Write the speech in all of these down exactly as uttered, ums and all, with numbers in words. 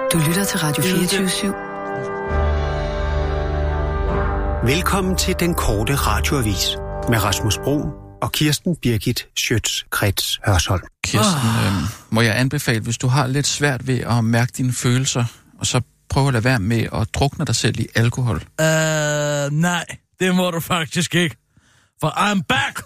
Du lytter til Radio fireogtyve syv. Velkommen til den korte radioavis med Rasmus Broen og Kirsten Birgit Schøtz-Krets Hørsholm. Kirsten, oh. øh, må jeg anbefale, hvis du har lidt svært ved at mærke dine følelser, og så prøv at lade være med at drukne dig selv i alkohol? Uh, nej, det må du faktisk ikke. For I'm back!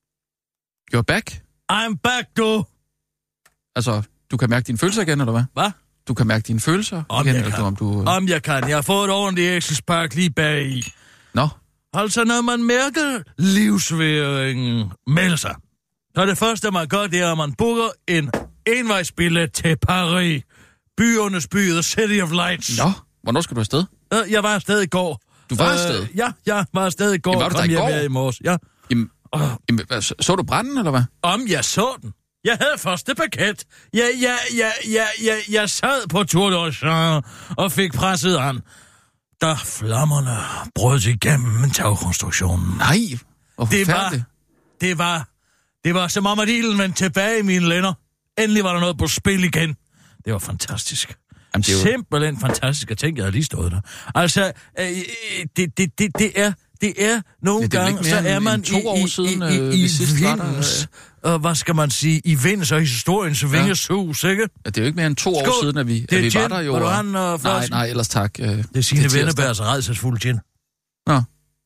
You're back? I'm back, du! Altså, du kan mærke dine følelser igen, eller hvad? Hvad? Du kan mærke dine følelser om igen, jeg eller kan. om du... Om jeg kan. Jeg har fået et ordentligt ægselspark lige bag i. Nå? Altså, når man mærker livsværingen melde sig, så det første, man gør, det er, at man booker en envejsbillet til Paris. Byernes by, the city of lights. Nå? Hvornår skal du afsted? Jeg var afsted i går. Du var afsted? Øh, ja, jeg var afsted i går. Jamen, var du der i går? I morges. Ja. Jamen, oh. jamen, så, så du branden, eller hvad? Om jeg så den. Jeg havde første paket. Jeg, jeg, jeg, jeg, jeg, jeg sad på Tour d'Ocean og fik presset an. Da flammerne brød igennem tagkonstruktionen. Nej, hvor det var, forfærdeligt. det var, det var som om, at ilden vendte tilbage i mine lænder. Endelig var der noget på spil igen. Det var fantastisk. Jamen, det er jo... Simpelthen fantastisk. Jeg tænkte, jeg havde lige stået der. Altså, øh, det, det, det, det er... Det er nogle det er gange, så er man to år i, siden, i, i, i, i vindens, der, øh, hvad skal man sige, i vindens og historiens ja. vingesus, ikke? Ja, det er jo ikke mere end to Skål. år siden, at vi, det at vi gin. var der jo. Var du han, uh, nej, nej, ellers tak. Uh, det er Signe Vennebergs rædselsfulde gin. Nå.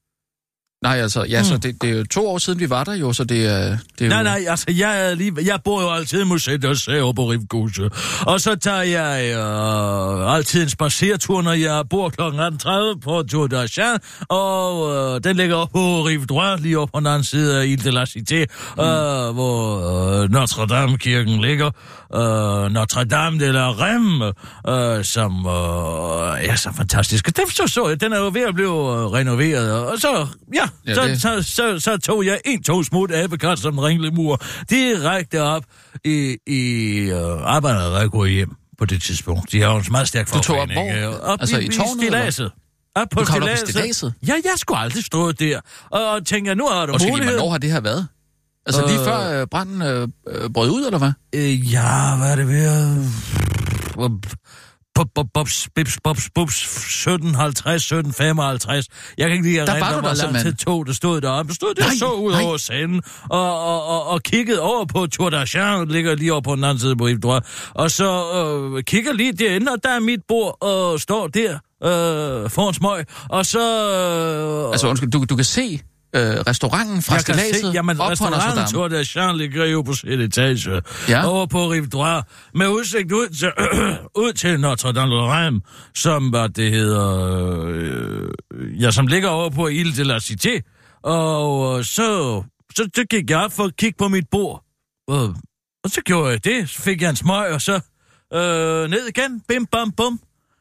Nej, altså, ja, mm. så det, det er jo to år siden, vi var der jo, så det er... Det er nej, jo... nej, altså, jeg, er lige, jeg bor jo altid i museet og ser på Rivguse. Og så tager jeg øh, altid en spacertur, når jeg bor klokken atten tredive på Tour d'Ocean, og øh, den ligger op på Rive Droit, lige op på den anden side af Ile de la Cité, mm. øh, hvor øh, Notre-Dame-kirken ligger. Øh, Notre-Dame de la Remme, øh, som øh, er så fantastisk. Den, så, så, den er jo ved at blive øh, renoveret, og så, ja, ja så, så, så, så tog jeg en to smut abekat som en ringlemur direkte op i, i øh, arbejderrækker hjem på det tidspunkt. De har jo en meget stærk forforening. Du tog op hvor? Op altså i, i tårnet? I stiladset. Op på du kom op på stiladset? Ja, jeg skulle aldrig stå der. Og, og tænker, nu har du og mulighed. Hvornår har det her været? Altså øh, lige før øh, branden øh, øh, brød ud, eller hvad? Øh, ja, hvad er det ved? Bobs, bobs, bibs, bobs, bobs, sytten halvtreds, sytten femoghalvtreds. Jeg kan ikke lige erindre, hvor lang tid tog, der stod deroppe. Der stod der så ud nej. over scenen, og, og, og, og kiggede over på Tour d'Ocean, ligger lige over på den anden side på Rive Droit, og så øh, kigger lige derinde, og der er mit bord, og står der øh, foran smøg, og så... Øh, altså undskyld, du, du kan se... Øh, restauranten fra stiladset jamen, op på Notre-Dame. Tour d'Ocean ligger jo på sin etage. Ja. Over på Rive Droit. Med udsigt ud til, øh, ud til Notre-Dame, som hvad det hedder... Øh, ja, som ligger over på Ile de la Cité. Og så, så, så gik jeg op for at kigge på mit bord. Og, og så gjorde jeg det. Så fik jeg en smøg, og så øh, ned igen. Bim, bam, bum.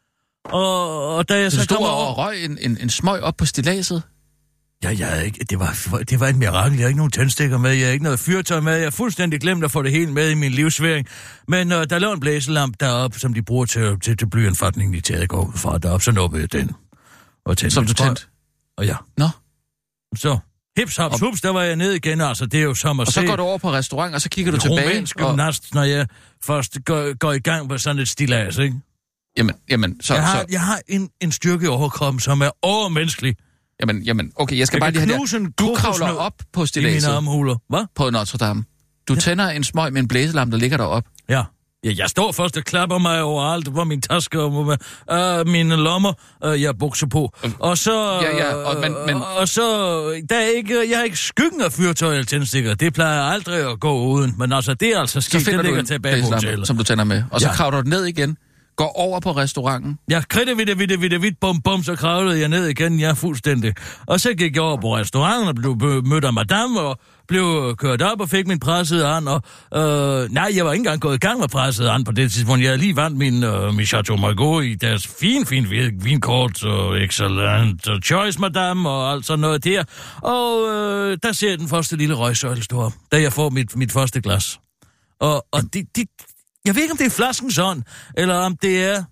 Og, og da jeg så, så kom over... over... og røg en, en, en smøg op på stiladset? Ja, jeg ikke, det, var, det var et mirakel. Jeg har ikke nogen tændstikker med, jeg har ikke noget fyrtøj med. Jeg har fuldstændig glemt at få det hele med i min livsværing. Men uh, der lå en blæselamp deroppe, som de bruger til, til, til blyindfatningen i taget går ud fra deroppe. Så nåede jeg den. Og som du tændte? Og ja. Nå. Så hips, hops, hups, der var jeg nede igen. Altså, det er jo som at og se... Og så går du over på restaurant, og så kigger du tilbage. Romansk gymnast, og... når jeg først går, går i gang på sådan et stillads, ikke? Jamen, jamen, så... Jeg har, så... jeg har en, en styrke i overkroppen, som er overmenneskelig. Jamen, jamen, okay, jeg skal jeg bare lige have det. Du kravler op på stiladset. I mine armhuler. Hvad? På Notre-Dame. Du ja. tænder en smøg med en blæselamp, der ligger deroppe. Ja. Ja, jeg står først og klapper mig overalt, hvor min taske og uh, mine lommer, uh, jeg bukser på. Og så... Ja, ja, og, men, men... og så... Der er ikke, jeg har ikke skyggen af fyrtøj eller tændstikker. Det plejer aldrig at gå uden. Men altså, det er altså skidt, det ligger tilbage på hotellet. Som du tænder med. Og så ja. kravler du ned igen. Går over på restauranten. Ja, kridte, vidt, vidt, vidt, vidt, bum, bum, så kravlede jeg ned igen, ja, fuldstændig. Og så gik jeg over på restauranten og blev mødt af madame, og blev kørt op og fik min pressede an, og øh, nej, jeg var ikke engang gået i gang med pressede an på det tidspunkt. Jeg havde lige vandt min, øh, min Chateau Margaux i deres fin, fin vinkort, og excellent og choice, madame, og alt sådan noget der. Og øh, der ser jeg den første lille røgsøjle stå op, da jeg får mit, mit første glas. Og, og det... de, Jeg ved ikke, om det er flasken sådan, eller om det er,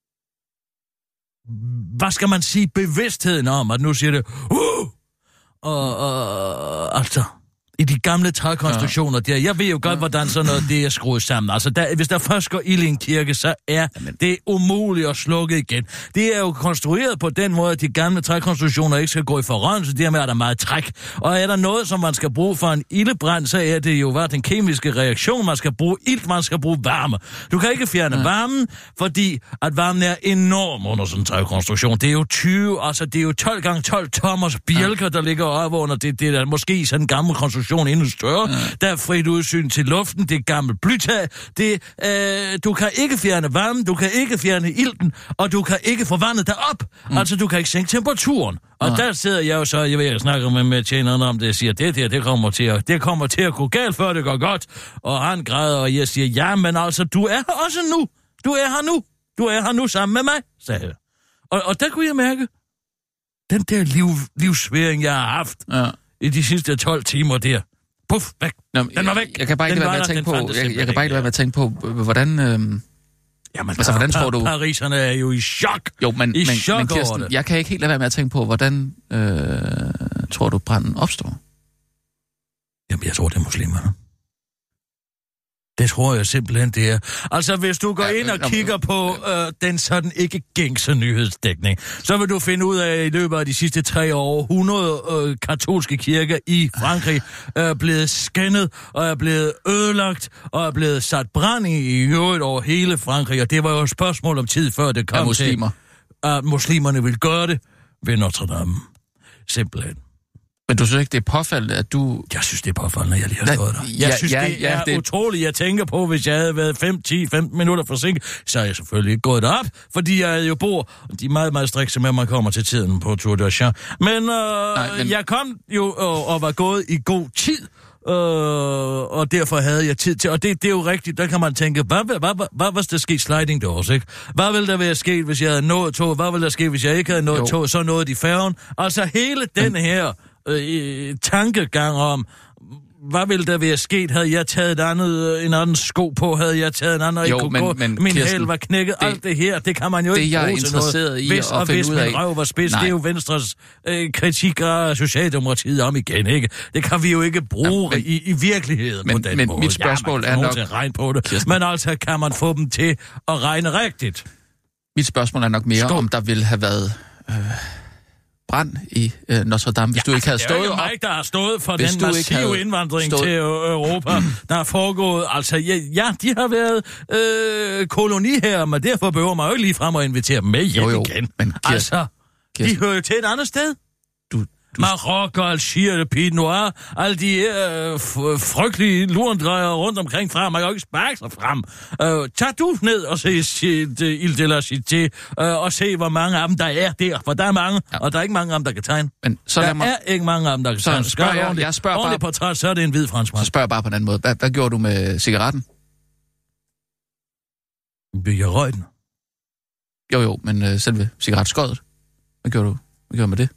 hvad skal man sige, bevidstheden om, at nu siger det, uh! og, og altså, I de gamle trækonstruktioner der. Jeg ved jo godt, hvordan sådan noget det er skruet sammen. Altså, der, hvis der først går ild i en kirke, så er Jamen. det umuligt at slukke igen. Det er jo konstrueret på den måde, at de gamle trækonstruktioner ikke skal gå i forrådnelse. Dermed er der meget træk. Og er der noget, som man skal bruge for en ildebrand, så er det jo hvad den kemiske reaktion. Man skal bruge ilt, man skal bruge varme. Du kan ikke fjerne ja. varmen, fordi at varmen er enorm under sådan en trækonstruktion. Det er jo tyve, altså det er jo tolv gange tolv tommers bjælker, ja. der ligger op under det. Det er måske sådan en gammel konstruktion endnu større. Ja. Der er frit udsyn til luften, det er gammelt blytag. Det, øh, du kan ikke fjerne varmen, du kan ikke fjerne ilten, og du kan ikke få vandet derop. Mm. Altså, du kan ikke sænke temperaturen. Og ja. der sidder jeg jo så, jeg ved, jeg snakker med, med tjenerne om det, jeg siger, det der, det kommer til at, det kommer til at gå galt, før det går godt. Og han græder, og jeg siger, ja, men altså, du er her også nu. Du er her nu. Du er her nu sammen med mig, sagde jeg. Og, og der kunne jeg mærke, den der liv, livsværing, jeg har haft ja. i de sidste tolv timer der. Puff, væk. Nå, den var væk. Jeg, jeg kan bare ikke lade være med at tænke på, jeg, jeg kan bare ikke lade være med at tænke på, hvordan... Øhm, Jamen, altså, hvordan tror du... Pariserne er jo i chok. Jo, men, I men, chok men Kirsten, jeg kan ikke helt lade være med at tænke på, hvordan øh, tror du, branden opstår? Jamen, jeg tror, det er muslimerne. Det tror jeg simpelthen, det er. Altså, hvis du går ja, ind og øh, kigger på øh, den sådan ikke gængse nyhedsdækning, så vil du finde ud af, at i løbet af de sidste tre år, hundrede øh, katolske kirker i Frankrig er blevet skændet, og er blevet ødelagt, og er blevet sat brand i i øvrigt over hele Frankrig. Og det var jo et spørgsmål om tid, før det kom muslimer. til, at muslimerne ville gøre det ved Notre Dame. Simpelthen. Men du synes ikke, det er påfaldende, at du... Jeg synes, det er påfaldende, at jeg lige har stået der. Jeg ja, synes, ja, det ja, er det... utroligt. Jeg tænker på, hvis jeg havde været fem, ti, femten minutter forsinket, så er jeg selvfølgelig ikke gået derop, fordi jeg jo bor... De er meget, meget strikse med, at man kommer til tiden på Tour de Champs. Men, øh, Nej, men jeg kom jo og, og var gået i god tid, øh, og derfor havde jeg tid til... Og det, det er jo rigtigt, der kan man tænke, hvad, hvad, hvad, hvad, hvad hvis der skete sliding doors, ikke? Hvad ville der være sket, hvis jeg havde nået tog? Hvad ville der ske, hvis jeg ikke havde nået tog? Så nåede de færgen. Altså hele den her... Øh, tankegang om, hvad ville der være sket, havde jeg taget et andet, en anden sko på, havde jeg taget en anden, og jo, ikke kunne men, gå, men, min Kirsten, hæl var knækket, det, alt det her, det kan man jo det, ikke bruge til noget. Det, jeg er interesseret i hvis, at finde hvis ud af... min røv var spids, Nej. det er jo Venstres øh, kritik af Socialdemokratiet om igen, ikke? Det kan vi jo ikke bruge ja, men, i, i virkeligheden men, på den men måde. Mit spørgsmål ja, er nok... Til at regne på det. Kirsten. Men altså, kan man få dem til at regne rigtigt? Mit spørgsmål er nok mere, Skål. om der ville have været... Øh, brand i øh, Notre Dame, hvis ja, du ikke havde stået op. Det er jo mig, der har stået for den massive indvandring stået... til Europa, der er foregået. Altså, ja, ja de har været øh, koloniherrer, men derfor behøver man jo ikke lige frem at invitere dem med hjem jo, jo, igen. Men, Kirsten, altså, Kirsten. de hører jo til et andet sted. Du, du... Marokko, Algier, Pinot Noir, alle de øh, f- frygtelige lurendrejer rundt omkring frem. Man kan jo ikke sparke sig frem. Øh, tag du ned og se Ile de la Cité, øh, og se, hvor mange af dem der er der. For der er mange, ja. og der er ikke mange af dem, der kan tegne. Men så der mig... er ikke mange af dem, der kan så tegne. Spørger jeg, ordentligt, jeg spørger ordentligt bare... portræt, så er det en hvid franskmand. Så spørger jeg bare på den måde. Hvad, hvad gjorde du med cigaretten? Jeg røg den. Jo, jo, men øh, selve cigaretskødet. Hvad gjorde du? Hvad gjorde du med det?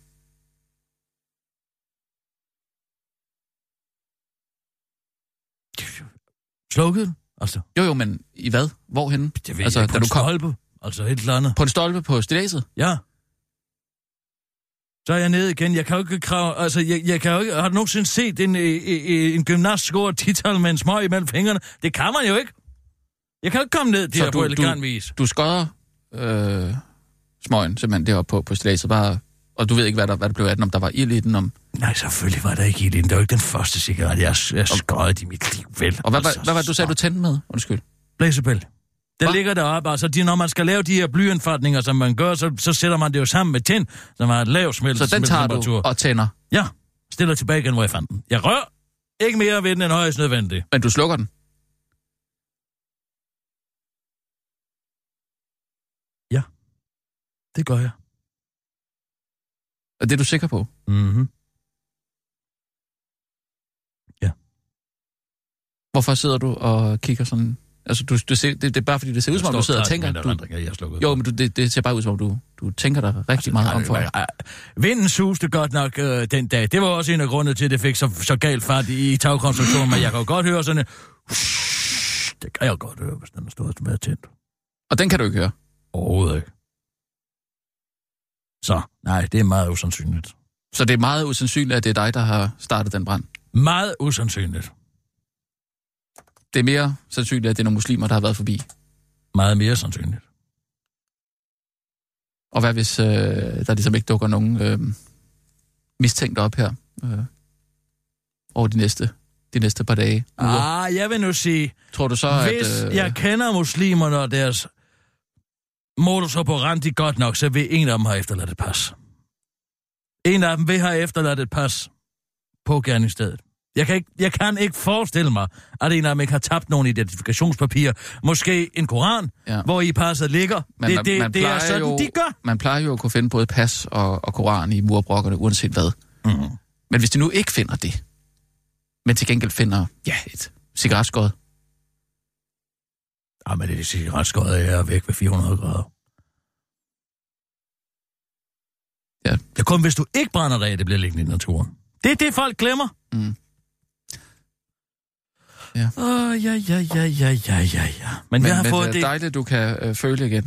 Slukket? Altså. Jo, jo, men i hvad? Hvorhenne? Det ved altså, jeg, på en stolpe. Kom... Altså et eller andet. På en stolpe på stiladset? Ja. Så er jeg nede igen. Jeg kan jo ikke krave... Altså, jeg, jeg kan jo ikke... Har du nogensinde set en, en, en gymnast score tital med en smøg imellem fingrene? Det kan man jo ikke. Jeg kan jo ikke komme ned der på elegant vis. Du skodder øh, smøgen simpelthen deroppe på, på stiladset, bare... Og du ved ikke, hvad der, hvad der blev af den, om der var ild i den, om... Nej, selvfølgelig var der ikke ild i den. Det var ikke den første cigaret, jeg, jeg skøjede i mit liv, vel. Og hvad, altså, hvad, hvad var det, du sagde, du tændte med? Undskyld. Blæsepæl. Den Hva? ligger deroppe, altså de, når man skal lave de her blyindfatninger, som man gør, så, så sætter man det jo sammen med tind, som har et lav smeltemperatur. Så den tager du og tænder? Ja, stiller tilbage igen, hvor jeg fandt den. Jeg rør ikke mere ved den end højst nødvendigt. Men du slukker den? Ja, det gør jeg. Er det du sikker på? Mhm. Ja. Hvorfor sidder du og kigger sådan... Altså, du, du ser, det, det er bare fordi, det ser ud som om, du sidder og tænker... Du, jo, men du, det, det ser bare ud som om, du, du tænker dig rigtig altså, meget om for... Vinden suste godt nok øh, den dag. Det var også en af grundene til, at det fik så, så galt fart i, i tagkonstruktionen, men jeg kan jo godt høre sådan... Det kan jeg godt høre, hvis den er stået med tændt. Og den kan du ikke høre? Overhovedet ikke. Så, nej, det er meget usandsynligt. Så det er meget usandsynligt, at det er dig, der har startet den brand? Meget usandsynligt. Det er mere sandsynligt, at det er nogle muslimer, der har været forbi. Meget mere sandsynligt. Og hvad hvis øh, der ligesom ikke dukker nogen øh, mistænkte op her øh, over de næste, de næste par dage? Uger? Ah, jeg vil nu sige... Tror du så, hvis at... Øh... jeg kender muslimerne og deres modus operandi godt nok, så vil en af dem have efterladt et pas. En af dem vil have efterladt et pas på gerningsstedet. Jeg kan, ikke, jeg kan ikke forestille mig, at en af dem ikke har tabt nogle identifikationspapirer. Måske en koran, ja. Hvor i passet ligger. Men det man, det, man det er sådan, jo, de gør. Man plejer jo at kunne finde både pas og, og koran i murbrokkerne, uanset hvad. Mm-hmm. Men hvis de nu ikke finder det, men til gengæld finder ja, et cigaretskod. Ja, men det cigaretskod er væk ved fire hundrede grader. Ja. Det er kun, hvis du ikke brænder dig af, det bliver liggende i naturen. Det er det, folk glemmer. Mm. Ja. Åh, oh, ja, ja, ja, ja, ja, ja, ja. Men, men jeg har men fået det... det er dejligt, du kan øh, føle igen.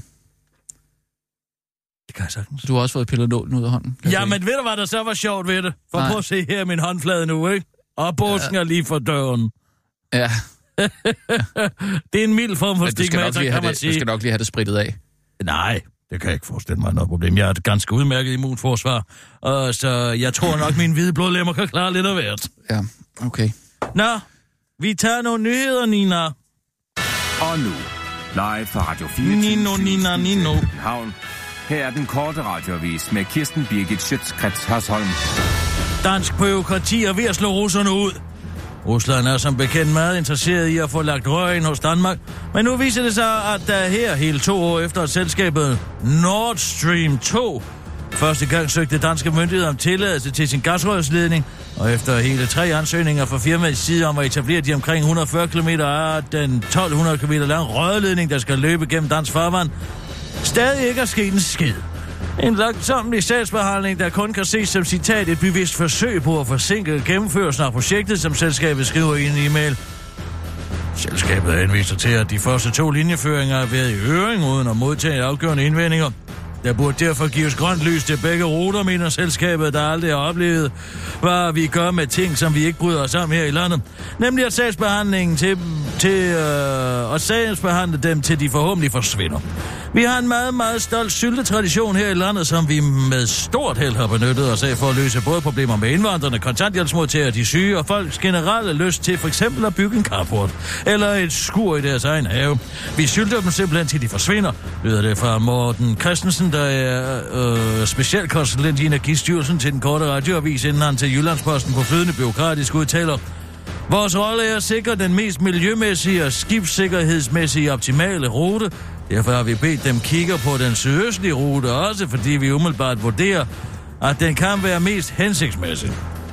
Det kan jeg sagtens. Du har også fået pillet nålen ud af hånden. Ja, men ved du, hvad der så var sjovt ved det? For prøv at se her min håndflade nu, ikke? Og båsken ja. Er lige for døren. Ja. Det er en mild form for stigmata, kan man det, sige. Du skal nok lige have det spritet af. Nej, det kan jeg ikke forestille mig noget problem. Jeg har et ganske udmærket immunforsvar, og så jeg tror nok, min hvide blodlemmer kan klare lidt af hvert. Ja, okay. Nå, vi tager nogle nyheder, Nina. Og nu, live fra Radio fireogtyve. Nino, Nina, Nino. Havn. Her er den korte radioavis med Kirsten Birgit Schøtz-Krets Hørsholm. Dansk bureaukrati er ved at slå russerne ud. Rusland er som bekendt meget interesseret i at få lagt rør ind hos Danmark, men nu viser det sig, at der her hele to år efter at selskabet Nord Stream to første gang søgte danske myndigheder om tilladelse til sin gasrørsledning, og efter hele tre ansøgninger fra firmaets side om at etablere de omkring et hundrede og fyrre kilometer af den tolv hundrede kilometer lange rørledning, der skal løbe gennem dansk farvand, stadig ikke er sket en skid. En langsomlig sagsbehandling, der kun kan ses som citat et bevidst forsøg på at forsinke gennemførelsen af projektet, som selskabet skriver i en e-mail. Selskabet henviser til, at de første to linjeføringer har været i høring uden at modtage afgørende indvendinger. Der burde derfor gives grønt lys til begge ruter, mener selskabet, der aldrig har oplevet, hvad vi gør med ting, som vi ikke bryder os om her i landet. Nemlig at sagsbehandlingen til, til øh, at sagsbehandle dem, til de forhåbentlig forsvinder. Vi har en meget, meget stolt syltetradition her i landet, som vi med stort held har benyttet os af for at løse både problemer med indvandrerne, kontanthjælpsmodtagere, de syge og folks generelle lyst til for eksempel at bygge en carport eller et skur i deres egen have. Vi sylter dem simpelthen til de forsvinder, lyder det fra Morten Christensen, der er øh, specialkonsulent i Energistyrelsen til den korte radioavis, inden han til Jyllandsposten på flydende bureaukratisk udtaler. Vores rolle er at sikre den mest miljømæssige og skibssikkerhedsmæssige optimale rute. Derfor har vi bedt dem kigge på den sydøstlige rute, også fordi vi umiddelbart vurderer, at den kan være mest hensigtsmæssig.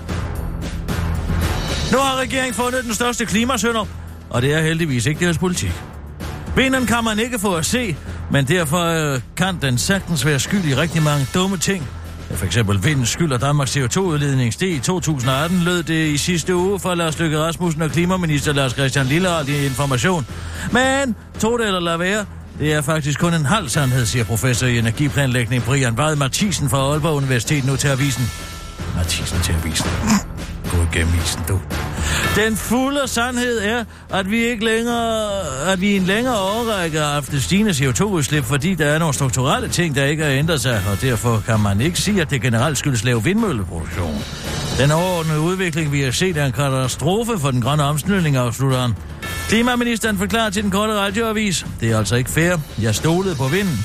Nu har regeringen fundet den største klimasønder, og det er heldigvis ikke deres politik. Vinden kan man ikke få at se, men derfor kan den sagtens være skyld i rigtig mange dumme ting. For eksempel vindens skyld, og Danmarks C O to udledning steg i to tusind og atten, lød det i sidste uge fra Lars Løkke Rasmussen og klimaminister Lars Christian Lilleholt i Information. Men tog det eller lad være, det er faktisk kun en halv sandhed, siger professor i energiplanlægning Brian Vade Mathisen fra Aalborg Universitet nu til avisen. Mathisen til avisen. Gå igennem isen, du. Den fulde sandhed er, at vi ikke længere, at vi i en længere årrække har haft et stigende C O to udslip, fordi der er nogle strukturelle ting, der ikke har ændret sig, og derfor kan man ikke sige, at det generelt skyldes lav vindmølleproduktion. Den overordnede udvikling, vi har set, er en katastrofe for den grønne omstilling, afslutter han. Klimaministeren forklarer til den korte radioavis. Det er altså ikke fair. Jeg stolede på vinden.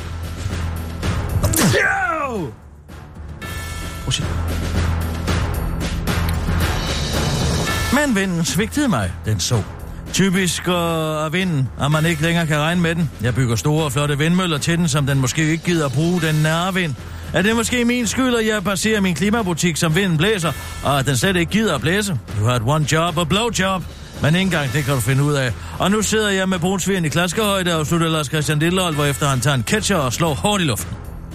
Men vinden svigtede mig, den så. Typisk uh, af vinden, at man ikke længere kan regne med den. Jeg bygger store og flotte vindmøller til den, som den måske ikke gider at bruge, den nære vind. Er det måske min skyld, at jeg baserer min klimabutik, som vinden blæser, og at den slet ikke gider at blæse? Du har et one job og blow job. Men ikke engang det kan du finde ud af. Og nu sidder jeg med brunsvigen i klaskehøjde og slutter Lars Christian Lilleholt, hvor efter han tager en catcher og slår hårdt i luften.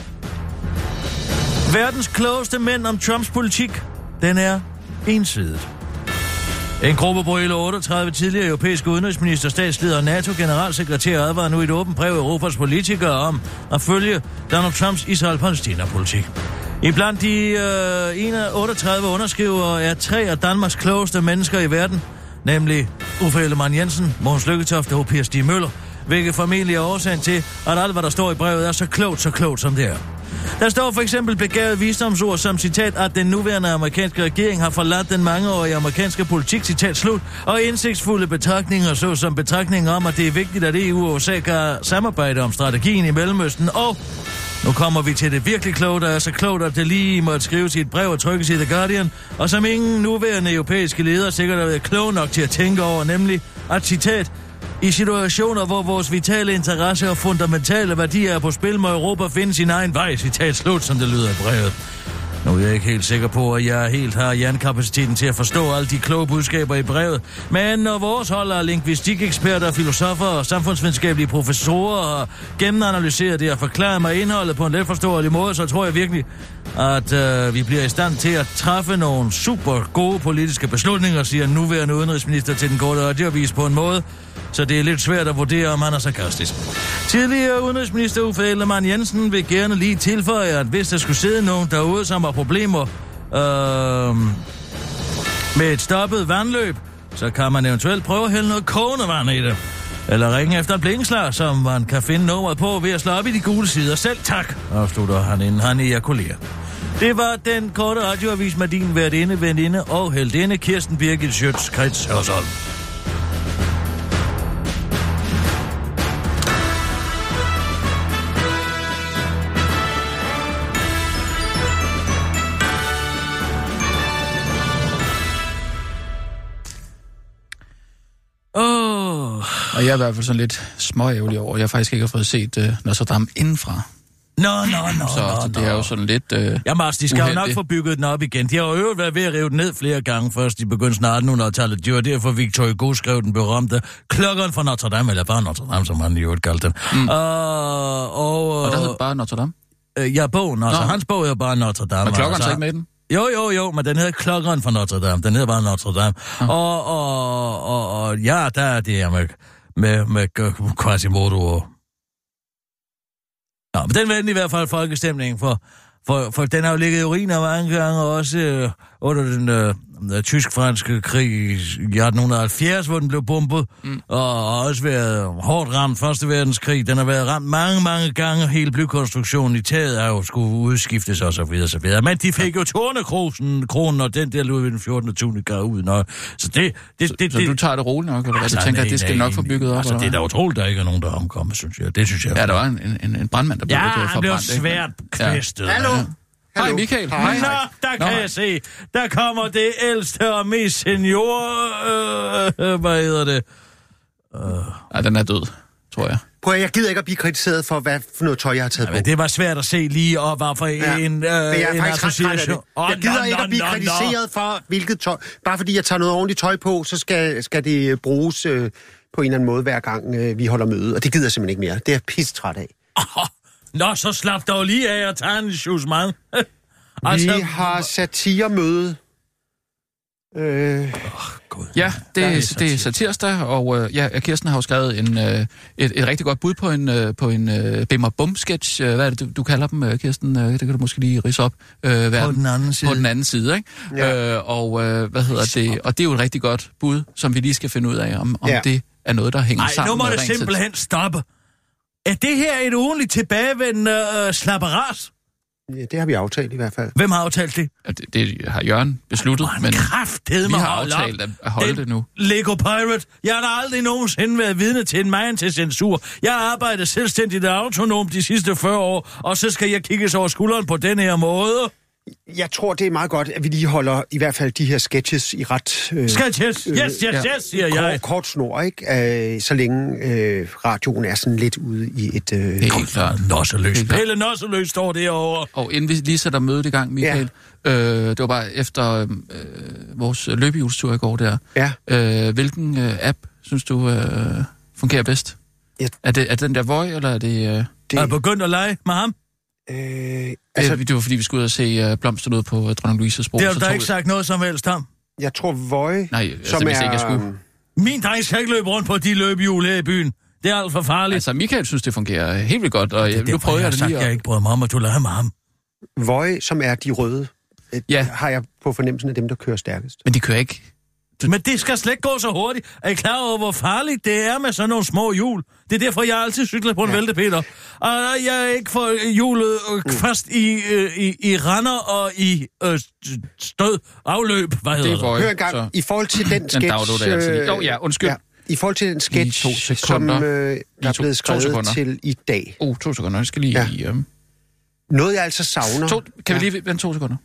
Verdens klogeste mænd om Trumps politik, den er ensidigt. En gruppe på hele otteogtredive tidligere europæiske udenrigsminister, statsleder og NATO-generalsekretær advarer nu i et åbent brev Europas politikere om at følge Donald Trumps Israel-Palæstina-politik. Iblandt de øh, otteogtredive underskrivere er tre af Danmarks klogeste mennesker i verden, nemlig Uffe Ellemann-Jensen, Mogens Lykketoft og Per Stig Møller, hvilket formentlig er årsagen til, at alt, hvad der står i brevet, er så klogt, så klogt som det er. Der står for eksempel begavet visdomsord som citat, at den nuværende amerikanske regering har forladt den mangeårige amerikanske politik, citat slut, og indsigtsfulde betragtninger, såsom betragtninger om, at det er vigtigt, at E U og U S A kan samarbejde om strategien i Mellemøsten, og nu kommer vi til det virkelig klogt, der er så klogt, at det lige måtte skrives i et brev og trykkes i The Guardian, og som ingen nuværende europæiske ledere sikkert har været klog nok til at tænke over, nemlig at citat, i situationer, hvor vores vitale interesse og fundamentale værdier er på spil, må Europa finde sin egen vej, citat slut, som det lyder i brevet. Nu er jeg ikke helt sikker på, at jeg helt har hjernekapaciteten til at forstå alle de kloge budskaber i brevet. Men når vores hold af lingvistikeksperter, filosofer og samfundsvidenskabelige professorer har gennemanalyseret det og forklaret mig indholdet på en letforståelig måde, så tror jeg virkelig, at øh, vi bliver i stand til at træffe nogle super gode politiske beslutninger, siger nuværende udenrigsminister til den korte radioavis på en måde, så det er lidt svært at vurdere, om han er sarkastisk. Tidligere udenrigsminister Uffe Ellemann-Jensen vil gerne lige tilføje, at hvis der skulle sidde nogen derude, som har problemer øh, med et stoppet vandløb, så kan man eventuelt prøve at hælde noget kogende vand i det. Eller ringe efter en blinkslag, som man kan finde nummeret på ved at slå op i de gule sider. Selv tak, afslutter han, inden han ejakulerer. Det var den korte radioavis med din værtinde, veninde og heldinde Kirsten Birgit Schøtz-Krets Hørsholm. Og jeg er i hvert fald sådan lidt småævlig over, at jeg faktisk ikke har fået set uh, Notre Dame indenfra. Nå, nå, nå, Så, nå, så det er jo sådan lidt uh, Jamen altså, de skal uheldigt. jo nok få bygget den op igen. De har jo øvrigt været ved at rive den ned flere gange, først i begyndelsen af attenhundredetallet. Det var derfor Victor Hugo skrev den berømte Klokkeren fra Notre Dame, eller bare Notre Dame, som han i øvrigt kaldte den. Mm. Uh, og, og der hedder bare Notre Dame? Uh, ja, bogen, altså. Nå. Hans bog er bare Notre Dame. Og klokkeren altså. så ikke med den? Jo, jo, jo, men den hedder Klokkeren fra Notre Dame. Den hedder bare Notre Dame. Ah. Og, og, og, og ja, der er det her med, med, med Quasimodo og... Nå, men den vendte i hvert fald folkestemningen, for, for, for den har jo ligget i uriner mange gange, også øh, under den øh, tysk-franske krig i atten halvfjerds, hvor den blev bombet, mm. og har også været hårdt ramt første verdenskrig. Den har været ramt mange, mange gange. Hele blykonstruktionen i taget er jo skulle udskiftes og så videre, så videre. Men de fik jo tornekronen, kronen, og den der Ludvig den fjortende tunika ud. Når, så det, det, så, det, så det, du tager det roligt nok, eller altså, du tænker, nej, at det skal nej, nok få bygget op? Altså, det er da utroligt, der ikke er nogen, der er omkommet, synes jeg. Det synes jeg. Ja, der var en, en, en brandmand, der blev ja, forbrændt. Ja, han blev svært kvæstet. Ja. Hallo? Hej Michael. Hej. Nå, der kan Nå, jeg se. Der kommer det ældste og mest senior... Øh, hvad hedder det? Øh. Ej, den er død, tror jeg. Prøv at, jeg gider ikke at blive kritiseret for, hvad for noget tøj, jeg har taget ja, på. Det var svært at se lige, og hvad for ja. en, øh, jeg er en association. Oh, jeg gider no, ikke no, at blive no, kritiseret no. for, hvilket tøj... Bare fordi jeg tager noget ordentligt tøj på, så skal, skal det bruges øh, på en eller anden måde, hver gang øh, vi holder møde. Og det gider jeg simpelthen ikke mere. Det er jeg pissetræt af. Oh, nå, så slap dog lige af at tage en sjusmand. Altså, vi har satiremøde. Øh... Oh, God. Ja, det er, er det er satirsdag, og øh, ja, Kirsten har jo skrevet en, øh, et, et rigtig godt bud på en, øh, på en øh, Bim og Bum-sketch. Hvad er det, du, du kalder dem, Kirsten? Det kan du måske lige ridse op. Øh, på den anden side. På den anden side, ikke? Ja. Øh, og øh, hvad hedder det? Og det er jo et rigtig godt bud, som vi lige skal finde ud af, om, om ja. det er noget, der hænger Ej, sammen. Nej, nu må det simpelthen til. stoppe. Er det her et ugenligt tilbagevendende øh, slapperas? Ja, det har vi aftalt i hvert fald. Hvem har aftalt det? Ja, det, det har Jørgen besluttet, oh, men vi har aftalt at, at holde Den det nu. Lego Pirate. Jeg har aldrig nogensinde været vidne til en magen til censur. Jeg har arbejdet selvstændigt og autonomt de sidste fyrre år, og så skal jeg kigges over skulderen på den her måde. Jeg tror, det er meget godt, at vi lige holder i hvert fald de her sketches i ret... Øh, sketches? Yes, yes, yes, yes, siger kort, jeg. Kort snor, ikke? Øh, så længe øh, radioen er sådan lidt ude i et... Øh, Helt klart. Nosseløs. Pelle Nosseløs står derovre. Og inden vi lige sætter mødet i gang, Michael, ja. øh, det var bare efter øh, vores løbehjulstur i går der. Ja. Øh, hvilken øh, app, synes du, øh, fungerer bedst? Ja. Er det er den der Voi, eller er det... Øh... det... Er begyndt at lege med ham? Øh, altså, det var fordi, vi skulle ud og se uh, blomsterne ud på uh, Dronning Louises bro. Det har du da ikke sagt noget som helst om. Jeg tror, Voi... Nej, altså, som hvis er... ikke jeg skulle... Min dreng skal ikke løbe rundt på de løbehjul her i byen. Det er alt for farligt. Altså, Michael synes, det fungerer helt vildt godt, og det, nu prøver jeg det lige. Jeg har sagt, jeg ikke prøver mig om, at du lader med ham. Voi, som er de røde, Ja. har jeg på fornemmelsen af dem, der kører stærkest. Men de kører ikke... Du... Men det skal slet ikke gå så hurtigt. Er I klar over, hvor farligt det er med sådan nogle små hjul? Det er derfor, jeg altid cykler på en ja. væltepeter. Og jeg ikke får hjulet øh, fast i, øh, i, i render og i øh, stød, afløb. Hvad hedder det? Voi, Hør en gang, så... i forhold til den sketch... Den øh, jo, ja, undskyld. Ja, i forhold til den sketch, som øh, der er blevet skrevet til i dag. Oh, to sekunder. Jeg skal lige... Ja. I, um... Noget, jeg altså savner... To, kan ja. vi lige vente to sekunder?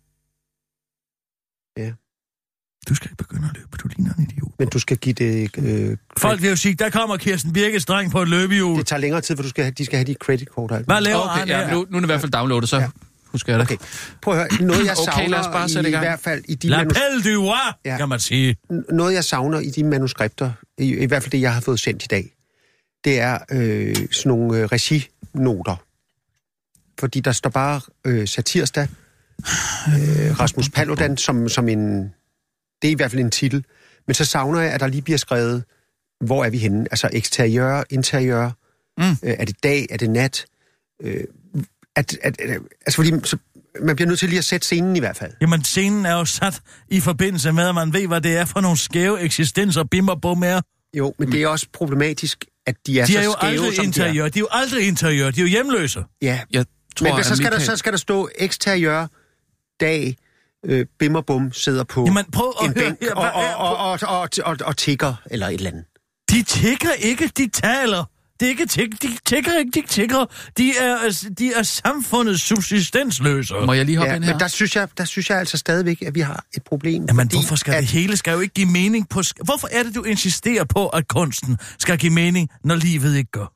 Ja. Du skal ikke begynde at løbe, du ligner en idiot. Men du skal give det... Øh, Folk vil jo sige, der kommer Kirsten Birkes dreng på et løbehjul. Det tager længere tid, for du skal have, de skal have dit credit card. Hvad laver okay, han ja, nu, nu er det i hvert fald downloadet, så ja. husker jeg det. Okay, prøv at høre. Noget, jeg savner okay, bare i, i hvert fald i de... La pelle du roi, ja. kan man sige. Noget, jeg savner i de manuskripter, i, i hvert fald det, jeg har fået sendt i dag, det er øh, sådan nogle øh, reginoter. Fordi der står bare øh, Satirsdag, øh, Rasmus Paludan som, som en... Det er i hvert fald en titel. Men så savner jeg, at der lige bliver skrevet, hvor er vi henne? Altså eksteriør, interiør. Mm. Øh, er det dag? Er det nat? Øh, at, at, at, altså fordi så, man bliver nødt til lige at sætte scenen i hvert fald. Jamen scenen er jo sat i forbindelse med, at man ved, hvad det er for nogle skæve eksistenser, bim og bum er. Jo, men det er også problematisk, at de er, de er så jo skæve, aldrig som interiør. de er. De er jo aldrig interiør. De er jo hjemløse. Ja, jeg tror, men så skal, Michael... der, så skal der stå eksteriør, dag, øh, bim og bum sidder på Jamen, prøv at en høre, bænk her, og, og, og, og, og, og, og tigger eller et eller andet. De tigger ikke, de taler. Det er ikke tig, de tigger ikke, de tigger. De er, de er samfundets subsistensløse. Må jeg lige hoppe Ja, ind her? men der synes, jeg, der synes jeg altså stadigvæk, at vi har et problem. Jamen, fordi, hvorfor skal at... det hele skal jo ikke give mening på... Hvorfor er det, du insisterer på, at kunsten skal give mening, når livet ikke gør?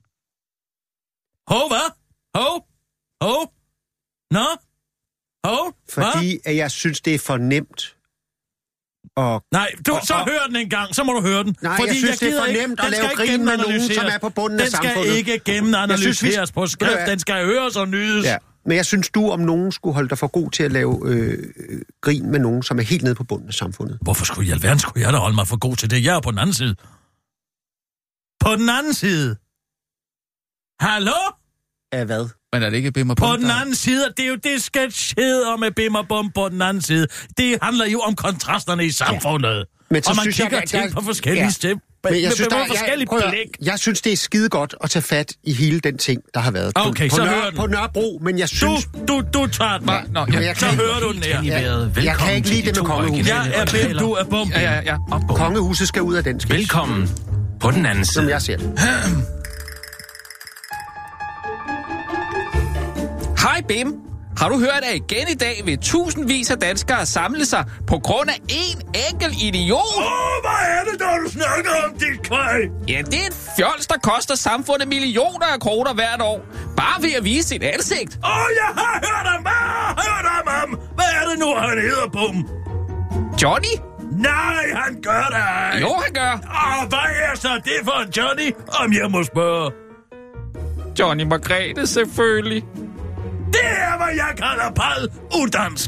Hov, hvad? Hov? Hov? Nå? Hov? Fordi at jeg synes, det er for nemt. Og, nej, du, og, så og, hør den en gang, så må du høre den. Nej, fordi jeg synes, jeg det er for ikke, nemt at lave grin med nogen, som er på bunden af samfundet. Den skal ikke gennemanalyseres synes, på skrift, den skal høres og nydes. Ja. Men jeg synes, du om nogen skulle holde dig for god til at lave øh, grin med nogen, som er helt nede på bunden af samfundet. Hvorfor skulle jeg alverden skulle jeg da holde mig for god til det? Jeg er på den anden side. På den anden side. Hallo? Af hvad? Men er det ikke Bim og Bum? På den anden side, det er jo det sketch hedder med Bim og Bum på den anden side. Det handler jo om kontrasterne i samfundet. Ja. Men så og man synes kigger jeg, til der, på forskellige ja. stemmer. Men jeg synes, med, der, med forskellige jeg, blik. jeg synes, det er skide godt at tage fat i hele den ting, der har været okay, på, så på, Nør, Nør, på Nørrebro, men jeg synes... Du, du, du tager den. Ja, nå, ja. Jeg så kan, hører du den her. Ja, jeg kan ikke lide det med kongehuset. Jeg er Bim, du er Bum. Ja, ja, ja. Kongehuset skal ud af den sketch. Velkommen på den anden side. Som jeg ser det. Hej Bim. Har du hørt, at igen i dag vil tusindvis af danskere samle sig på grund af én enkelt idiot? Åh, oh, hvad er det, der du snakker om, dit kvej? Ja, det er et fjols, der koster samfundet millioner af kroner hvert år. Bare ved at vise sit ansigt. Åh, oh, jeg har hørt om, jeg har hørt om ham. Hvad er det nu, han hedder, Bum? Johnny? Nej, han gør det ej. Jo, han gør. Åh, oh, hvad er så det for en Johnny, om jeg må spørge? Johnny Margrethe, selvfølgelig. Det er, hvad jeg kalder pal udansk.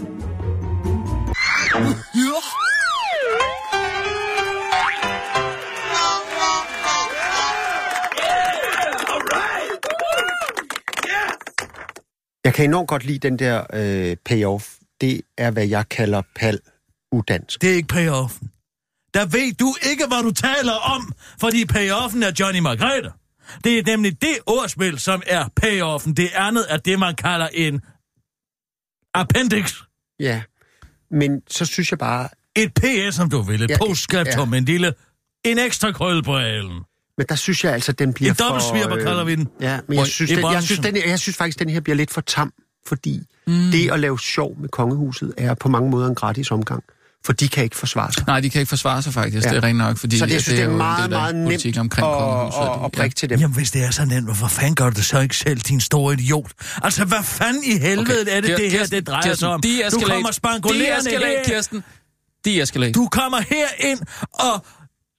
Jeg kan enormt godt lide den der øh, payoff. Det er, hvad jeg kalder pal udansk. Det er ikke payoffen. Der ved du ikke, hvad du taler om, fordi payoffen er Johnny Margrethe. Det er nemlig det ordspil, som er payoffen. Det andet er det, man kalder en appendix. Ja, men så synes jeg bare... Et P S, som du vil. Et ja, postskriptum, ja. En lille... En ekstra krøl på halen. Men der synes jeg altså, den bliver en for... En dobbeltsvirper, kalder vi den. Ja, men jeg synes, den, jeg, synes, den, jeg synes faktisk, den her bliver lidt for tam, fordi mm. det at lave sjov med kongehuset er på mange måder en gratis omgang. For de kan ikke forsvare sig. Nej, de kan ikke forsvare sig faktisk, ja. Det er rent nok, fordi så det, jeg synes, det er, det er meget, det, meget nemt omkring at, at prikke ja. til dem. Jamen, hvis det er så nemt, hvorfor fanden gør du det så ikke selv, din store idiot? Altså, hvad fanden i helvede okay. er det, det her, det drejer Kirsten, sig om? Du kommer spangulerende her. Kirsten. De-eskalate. Du kommer her ind og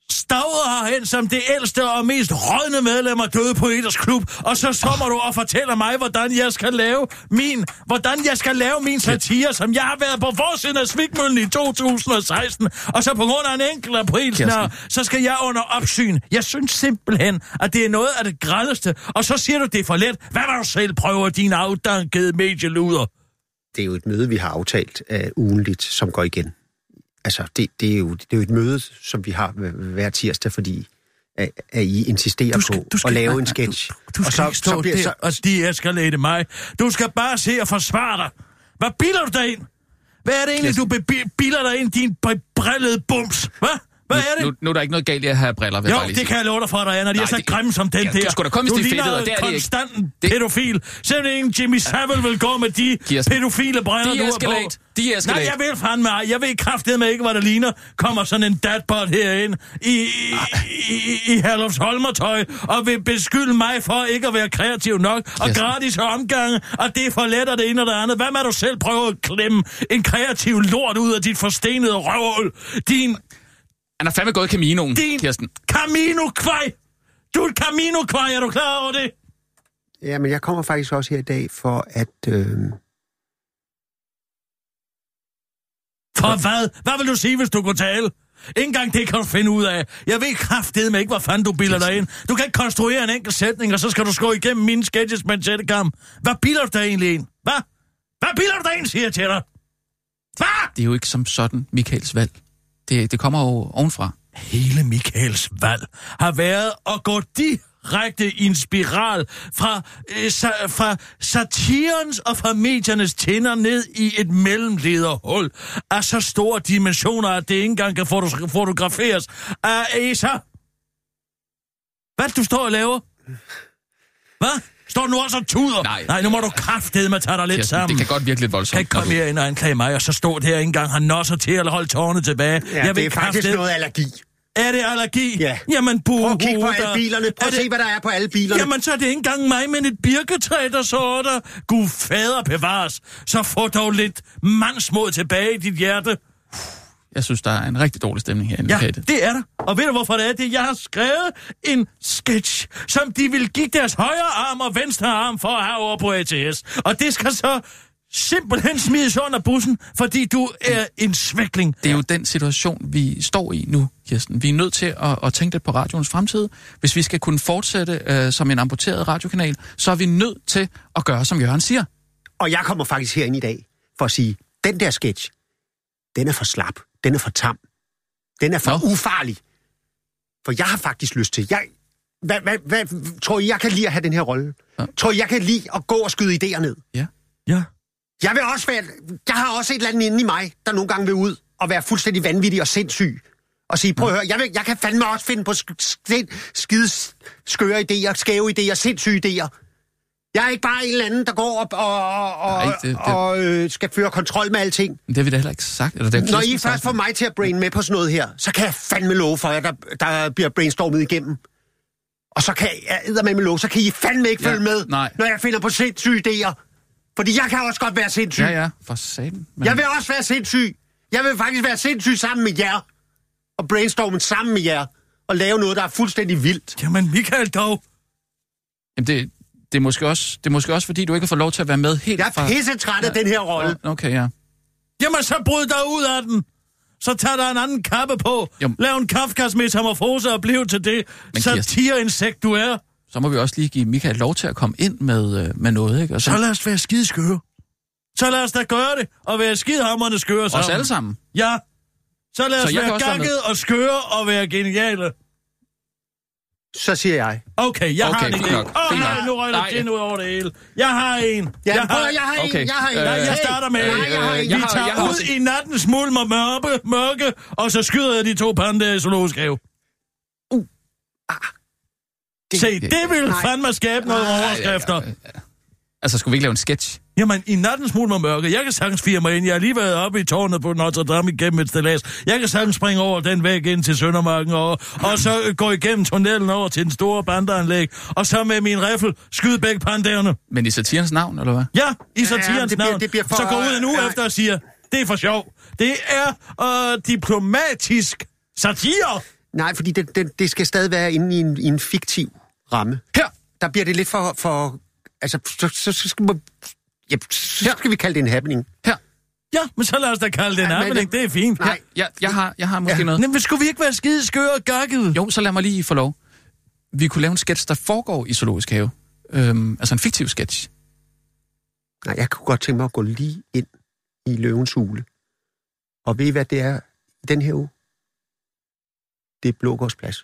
staver herhen som det ældste og mest rådne medlem af Døde Poeters Klub, og så kommer du og fortæller mig, hvordan jeg skal lave min, hvordan jeg skal lave min satire, som jeg har været på forsiden af Svikmøllen i to tusind og seksten, og så på grund af en enkelt aprilsnær, så skal jeg under opsyn. Jeg synes simpelthen, at det er noget af det grældeste, og så siger du, det er for let. Hvad var du selv prøver, din afdankede medieluder? Det er jo et møde, vi har aftalt uh, ugenligt, som går igen. Altså, det, det, er jo, det er jo et møde, som vi har hver tirsdag, fordi at, at I insisterer skal, på skal, at lave en sketch. Du, du skal og så, ikke stå så bliver, der så, og de-eskalate mig. Du skal bare se og forsvare dig. Hvad bilder du dig ind? Hvad er det egentlig, du bilder dig ind, din brillede bums? Hvad? Hvad er det? Nu, nu er der ikke noget galt i at have briller, vil jo, jeg bare lige det sige. Kan jeg love dig for dig, når de Nej, er så det, grimme som den ja, der. Du skulle da komme i stifetet, og det er det ikke. Konstant pædofil. Selv en Jimmy Savile vil gå med de Kirsten. Pædofile briller, du har på. De er Nej, jeg vil fandme mig. Jeg ved kraftedeme ikke, hvad der ligner. Kommer sådan en dadbot herind i, i, i, i Herlufs Holmertøj og vil beskylde mig for ikke at være kreativ nok og Kirsten. Gratis omgange, og det er for let og det ene og det andet. Hvad med du selv prøver at klemme en kreativ lort ud af dit forstenede røvhul? Din... Han er fandme gået Caminoen, Din Kirsten. Camino-kvej! Du er Camino-kvej, er du klar over det? Ja, men jeg kommer faktisk også her i dag for at... Øh... For hvad? Hvad vil du sige, hvis du kunne tale? Ingen gang det kan du finde ud af. Jeg ved kraftedeme ikke, hvad fanden du bilder dig ind. Du kan ikke konstruere en enkelt sætning, og så skal du slå igennem mine sketches med en sættekam. Hvad bilder du dig egentlig ind? Hvad? Hvad bilder du dig ind, siger jeg til dig? Hvad? Det er jo ikke som sådan Michaels valg. Det, det kommer jo ovenfra. Hele Michaels valg har været at gå direkte i en spiral fra, øh, sa- fra satirens og fra mediernes tænder ned i et mellemlederhul af så store dimensioner, at det ikke engang kan fotograferes af Asa. Hvad du står og laver? Hvad? Står du nu også og tuder? Nej. Nej, nu må du kraftedeme tage dig lidt Kirsten, sammen. det kan godt virke lidt voldsomt. Kan ikke komme her ind og anklage mig, og så stå det her ikke engang har nosser til at holde tårne tilbage. Ja, jeg det er faktisk kraftedeme. Noget allergi. Er det allergi? Ja. Jamen, buh, prøv at kigge på alle bilerne. Prøv at det... se, hvad der er på alle bilerne. Jamen, så er det ikke engang mig, men et birketræ, der så der. Gud fader bevares. Så få dog lidt mandsmod tilbage i dit hjerte. Jeg synes, der er en rigtig dårlig stemning her i ja, lokalet. Det er der. Og ved du, hvorfor det er det? Jeg har skrevet en sketch, som de vil give deres højre arm og venstre arm for at have over på A T S. Og det skal så simpelthen smides under bussen, fordi du er en svækling. Det er jo den situation, vi står i nu, Kirsten. Vi er nødt til at, at tænke lidt på radioens fremtid. Hvis vi skal kunne fortsætte øh, som en amputeret radiokanal, så er vi nødt til at gøre, som Jørgen siger. Og jeg kommer faktisk herind i dag for at sige, den der sketch, den er for slap. Den er for tam. Den er for Nå. ufarlig. For jeg har faktisk lyst til... Jeg, hvad, hvad, hvad, tror I, jeg kan lide at have den her rolle? Ja. Tror I, jeg kan lide at gå og skyde idéer ned? Ja. Ja. Jeg vil også være... Jeg har også et eller andet inde i mig, der nogle gange vil ud og være fuldstændig vanvittig og sindssyg. Og sige, prøv at høre, jeg, vil, jeg kan fandme også finde på sk- skide skøre idéer, skæve idéer, sindssyge idéer. Jeg er ikke bare en eller anden, der går op og, og, Nej, det, det... og øh, skal føre kontrol med alting. Det har vi da heller ikke sagt. Eller det Når I først får mig til at brain med på sådan noget her, så kan jeg fandme love for jer, der, der bliver brainstormet igennem. Og så kan jeg eddermame love, så kan I fandme ikke ja, følge med, nej. når jeg finder på sindssyge idéer. Fordi jeg kan også godt være sindssyg. Ja, ja, for satan. Men... Jeg vil også være sindssyg. Jeg vil faktisk være sindssyg sammen med jer. Og brainstorme sammen med jer. Og lave noget, der er fuldstændig vildt. Jamen, Michael dog. Jamen, det... Det er, måske også, det er måske også, fordi du ikke har fået lov til at være med helt fra... Jeg er pissetræt af ja. den her rolle. Okay, ja. Jamen, så bryd dig ud af den. Så tag der en anden kappe på. Jamen. Lav en Kafkas metamorfose og bliv til det satirinsekt, du er. Så må vi også lige give Michael lov til at komme ind med, med noget, ikke? Og så... så lad os være skideskøre. Så lad os da gøre det, og være skidehamrende skøre sammen. Os alle sammen? Ja. Så lad os så være gakket og skøre og være geniale. Så siger jeg. Okay, jeg okay, har en idé. Åh oh, nej, nu røgler det ud over det hele. Jeg har en. Ja, jeg, har... har... jeg har en. Okay. Jeg har en. Nej, jeg starter med. Nej, jeg har en. Vi tager jeg har, jeg har ud også... i nattens mulm og mørke, mørke, og så skyder jeg de to pandaer i zoologisk have. Uh. Ah. Det, Se, det, det vil fandme skabe noget overskrifter. Ja, ja, ja. Altså, skulle vi ikke lave en sketch? Jamen, i nattens mulm og mørke, jeg kan sagtens fire mig ind. Jeg har lige været oppe i tårnet på Notre Dame igennem et stillads. Jeg kan sagtens springe over den væg ind til Søndermarken, og, og så gå igennem tunnelen over til den store bandeanlæg, og så med min riffel skyde begge pandaerne. Men i satirens navn, eller hvad? Ja, i satirens ja, det bliver, navn. det bliver for... Så gå ud en uge ja. efter og siger, det er for sjov. Det er øh, diplomatisk satire. Nej, fordi det, det, det skal stadig være inde i en, i en fiktiv ramme. Her! Der bliver det lidt for... for altså, så, så, så, skal, man, ja, så skal vi kalde det en happening. Her! Ja, men så lad os da kalde det en happening. Det er fint. Nej, jeg, jeg, har, jeg har måske ja. noget. Men skulle vi ikke være skide skøre og gakkede? Jo, så lad mig lige få lov. Vi kunne lave en sketch, der foregår i Zoologisk Have. Øhm, altså en fiktiv sketch. Nej, jeg kunne godt tænke mig at gå lige ind i Løvens Hule. Og ved I, hvad det er i den her uge? Det er Blågårdsplads.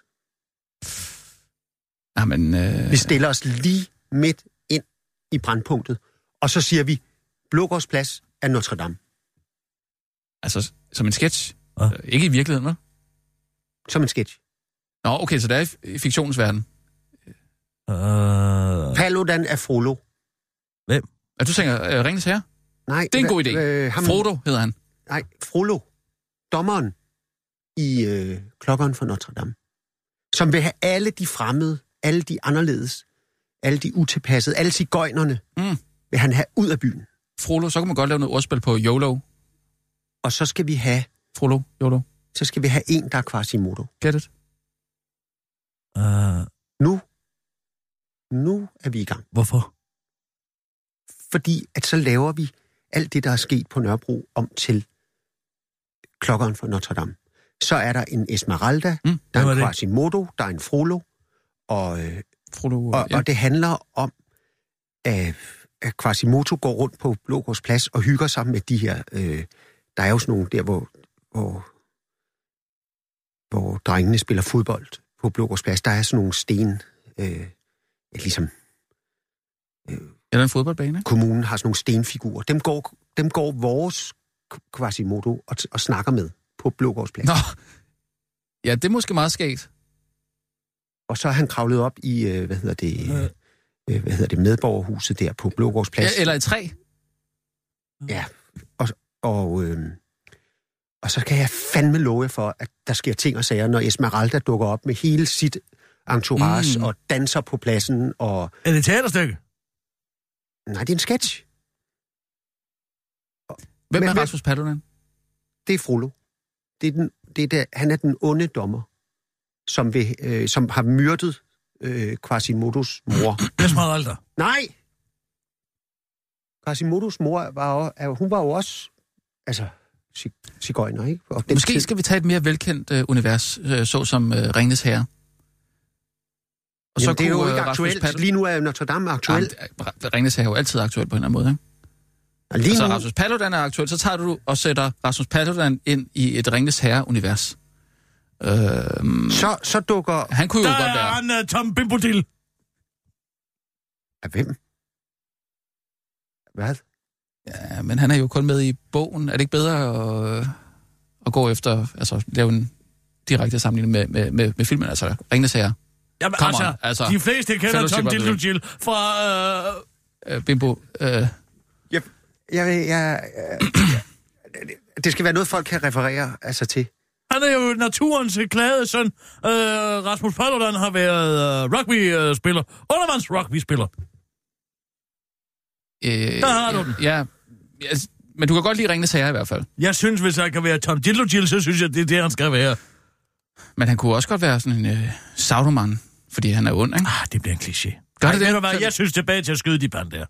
Jamen, øh... Vi stiller os lige midt ind i brandpunktet, og så siger vi, Blågårdsplads er Notre Dame. Altså, som en sketch? Ja. Ikke i virkeligheden, hva'? Som en sketch. Nå, okay, så det er i fiktionens verden. Uh... Paludan er Frollo. Hvem? Er du tænker, øh, Ringenes Herre? Nej. Det er en god idé. Øh, ham... Frodo hedder han. Nej, Frollo. Dommeren i øh, Klokkeren fra Notre Dame. Som vil have alle de fremmede, alle de anderledes, alle de utilpassede, alle cigøjnerne, mm. vil han have ud af byen. Frollo, så kan man godt lave noget ordspil på YOLO. Og så skal vi have... Frollo, YOLO. Så skal vi have en, der er Quasimodo. Get it? Uh... Nu, nu er vi i gang. Hvorfor? Fordi at så laver vi alt det, der er sket på Nørrebro, om til Klokkeren fra Notre Dame. Så er der en Esmeralda, mm, der er en Quasimodo, der er en Frollo, og, øh, Frollo, og, ja. og det handler om, at, at Quasimodo går rundt på Blågårdsplads og hygger sig med de her... Øh, der er jo sådan nogle der, hvor, hvor, hvor drengene spiller fodbold på Blågårdsplads. Der er sådan nogle sten, øh, ligesom... Øh, er der en fodboldbane? Kommunen har sådan nogle stenfigurer. Dem går, dem går vores Quasimodo og, og snakker med på Blågårdsplads. Nå, ja, det er måske meget skægt. Og så er han kravlet op i, øh, hvad hedder det, øh, hvad hedder det, medborgerhuset der på Blågårdsplads. Ja, eller et træ. Ja, og, og, øh, og så kan jeg fandme love for, at der sker ting og sager, når Esmeralda dukker op med hele sit entourage mm. og danser på pladsen. Og... Er det et teaterstykke? Nej, det er en sketch. Hvem er Rasmus Paludan? Det er Frollo. Det er den, det er der, han er den onde dommer, som, vil, øh, som har myrdet øh, Quasimodos mor. Esmeralda. Nej! Quasimodos mor var jo, hun var jo også altså, cigøjner, ikke? Og den Måske tid... skal vi tage et mere velkendt øh, univers, øh, såsom øh, Ringenes Herre. Og Jamen, så det er jo ikke aktuelt. Paludan... Lige nu er Notre Dame aktuelt. Ja, Ringenes Herre er jo altid aktuelt på en eller anden måde, ikke? Og lige altså, nu... Rasmus Paludan er aktuelt, så tager du og sætter Rasmus Paludan ind i et Ringenes Herre-univers. Øhm... Så, så dukker... Han kunne jo Der godt være... Der er han, uh, Tom Bimbodil. Af hvem? Hvad? Ja, men han er jo kun med i bogen. Er det ikke bedre at, at gå efter... Altså, lave en direkte sammenligning med, med, med, med filmen, altså Ringenes Herre? Jamen Come altså, on, altså, de fleste kender Tom Diddlejil fra... Øh... Øh, Bimbo... Øh... Jeg, jeg, jeg, jeg, jeg, det skal være noget, folk kan referere altså, til. Han er jo naturens klade søn. Øh, Rasmus Paludan har været øh, rugby-spiller. Undervands rugby-spiller. Øh, Der har du den. Ja, ja, men du kan godt lide Ringenes Herre i hvert fald. Jeg synes, hvis han kan være Tom Diddlejil, så synes jeg, det er det, han skal være. Men han kunne også godt være sådan en øh, Sauron, fordi han er ond, ikke? Ah, det bliver en kliché. Gør Ej, det det? Ved du hvad, jeg synes tilbage til at skyde de band der.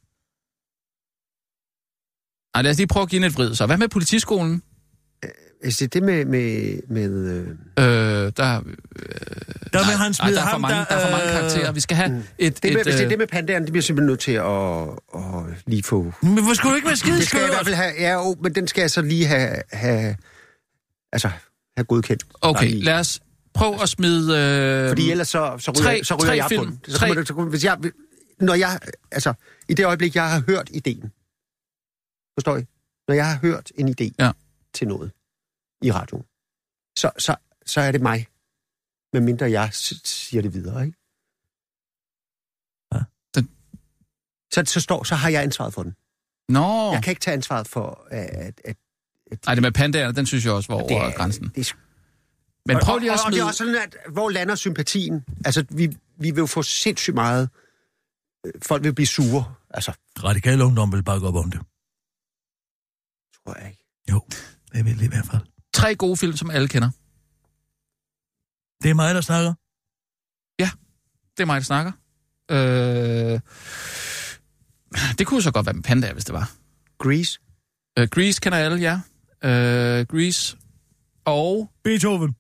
Ej, lad os lige prøve at give en et vrid. Så hvad med politiskolen? Altså det med... med, med øh... Øh, der... Øh, der vil han smide ej, der er ham, mange, der... Der er for mange karakterer. Vi skal have mm. et... Det med, et, hvis det er øh... det med pandaen, det bliver simpelthen nødt til at, at lige få... Men hvor skulle du ikke være skide Det skal jeg i hvert fald have... Ja, oh, men den skal jeg så lige have... have altså, have godkendt. Okay, lad os prøve at smide... Øh... Fordi ellers så, så ryger, tre, så ryger tre jeg film. på den. Så kommer det, så kommer, hvis jeg... Når jeg... Altså, i det øjeblik, jeg har hørt ideen. Forstår I? Når jeg har hørt en idé ja. til noget i radioen, så, så, så er det mig, medmindre jeg siger det videre, ikke? Ja. Den... Så, så, står, så har jeg ansvaret for den. Nå. Jeg kan ikke tage ansvaret for, at... at, at Ej, det med pandaerne, den synes jeg også var over det, grænsen. Det er... Men prøv lige at smide... Og, og det er også sådan, at hvor lander sympatien? Altså, vi, vi vil jo få sindssygt meget... Folk vil blive sure, altså... Radikal ungdom vil bakke op om det. Tror jeg ikke. Jo, det vil det i hvert fald. Tre gode film, som alle kender. Det er mig, der snakker? Ja, det er mig, der snakker. Øh... Det kunne så godt være med Panda, hvis det var. Grease. Øh, Grease kender alle, ja. Øh, Grease og... Beethoven.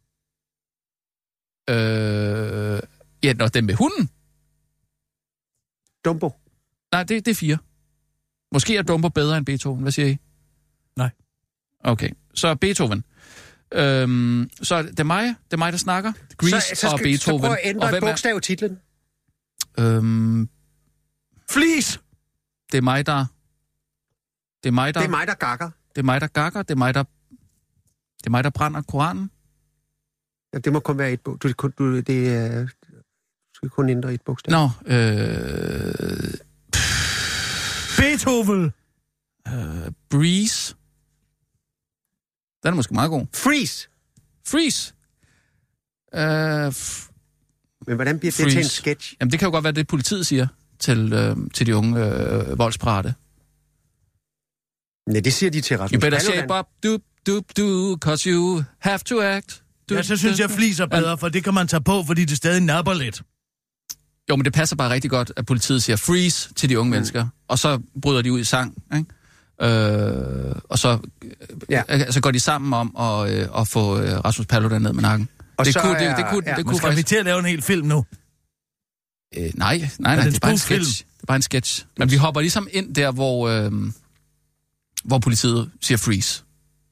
Øh... Ja, nå, den med hunden. Dumbo. Nej, det, det er fire. Måske er Dumbo bedre end Beethoven. Hvad siger I? Nej. Okay, så Beethoven. Øhm, så det er mig, det er mig, der snakker. Grease så, så og skal, Beethoven. Så prøv at ændre og et bogstav i titlen. Øhm, Flis! det er mig, der... Det er mig, der... Det er mig, der gakker. Det er mig, der gakker. Det er mig, der... Det er mig, der brænder Koranen. Ja, det må kun være et bog. Du, du, du, det er... Du skal kun ændre et bogstav. Nå, øh... Beethoven! Øh, Breeze. Den er måske meget god. Freeze! Freeze! Øh, f- Men hvordan bliver Freeze. det til en sketch? Jamen, det kan jo godt være, det politiet siger til, øh, til de unge øh, voldsparate. Nej, det siger de til Rasmus You better Paludan. shape up, do, do, do, cause you have to act. Do, Ja, så synes jeg, Flis er bedre, for det kan man tage på, fordi det stadig napper lidt. Jo, men det passer bare rigtig godt, at politiet siger freeze til de unge mm. mennesker, og så bryder de ud i sang, ikke? Øh, og så, Ja. øh, så går de sammen om at, øh, at få øh, Rasmus Paludan ned med nakken. Og det så kunne, det, er- det kunne, ja, det Men kunne skal vi faktisk... til at lave en hel film nu? Øh, nej, nej, nej, det det en er bare en spoof-film? sketch. Det er bare en sketch. Men vi hopper ligesom ind der, hvor, øh, hvor politiet siger freeze.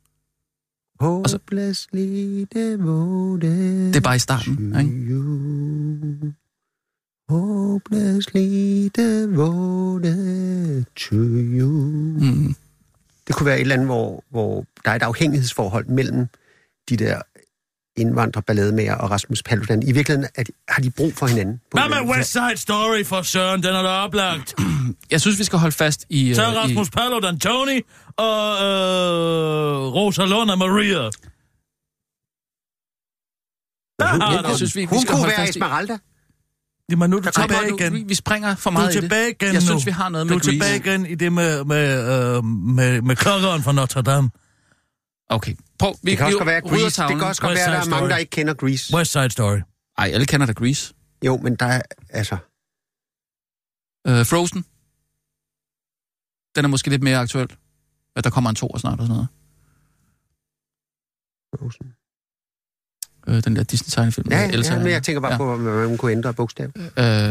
Hopelessly devoted. Det er bare i starten, ikke? You. Hopelessly devoted to you. Mm. Det kunne være et eller andet, hvor, hvor der er et afhængighedsforhold mellem de der indvandrerballademager og Rasmus Paludan. I virkeligheden er de, har de brug for hinanden. Hvad med West Side Story for Søren? Den er der oplagt. Jeg synes, vi skal holde fast i... Så øh, Rasmus i, Paludan, Tony og øh, Rosa Lund og Maria. Der Hun, har jeg du synes, vi, vi hun skal kunne holde være fast i... Esmeralda. Jamen nu er du Nej, tilbage nu- igen. Vi, vi springer for Du meget er i det. tilbage igen Jeg nu. synes, vi har noget Du med er tilbage Grease. igen i det med, med, øh, med, med klokkeren fra Notre Dame. Okay, prøv. Vi, Det kan også vi godt være rydder Grease. Det tavlen. kan også godt West være, at der Side er mange, Story. der ikke kender Grease. West Side Story. Ej, alle kender da Grease. Jo, men der er, altså... Uh, Frozen. Den er måske lidt mere aktuel. At der kommer en to og snart og sådan noget. Frozen. Uh, den der Disney-tegnefilm. Ja, med Elsa. ja, men jeg tænker bare ja. på, hvordan man kunne ændre bogstav. Uh,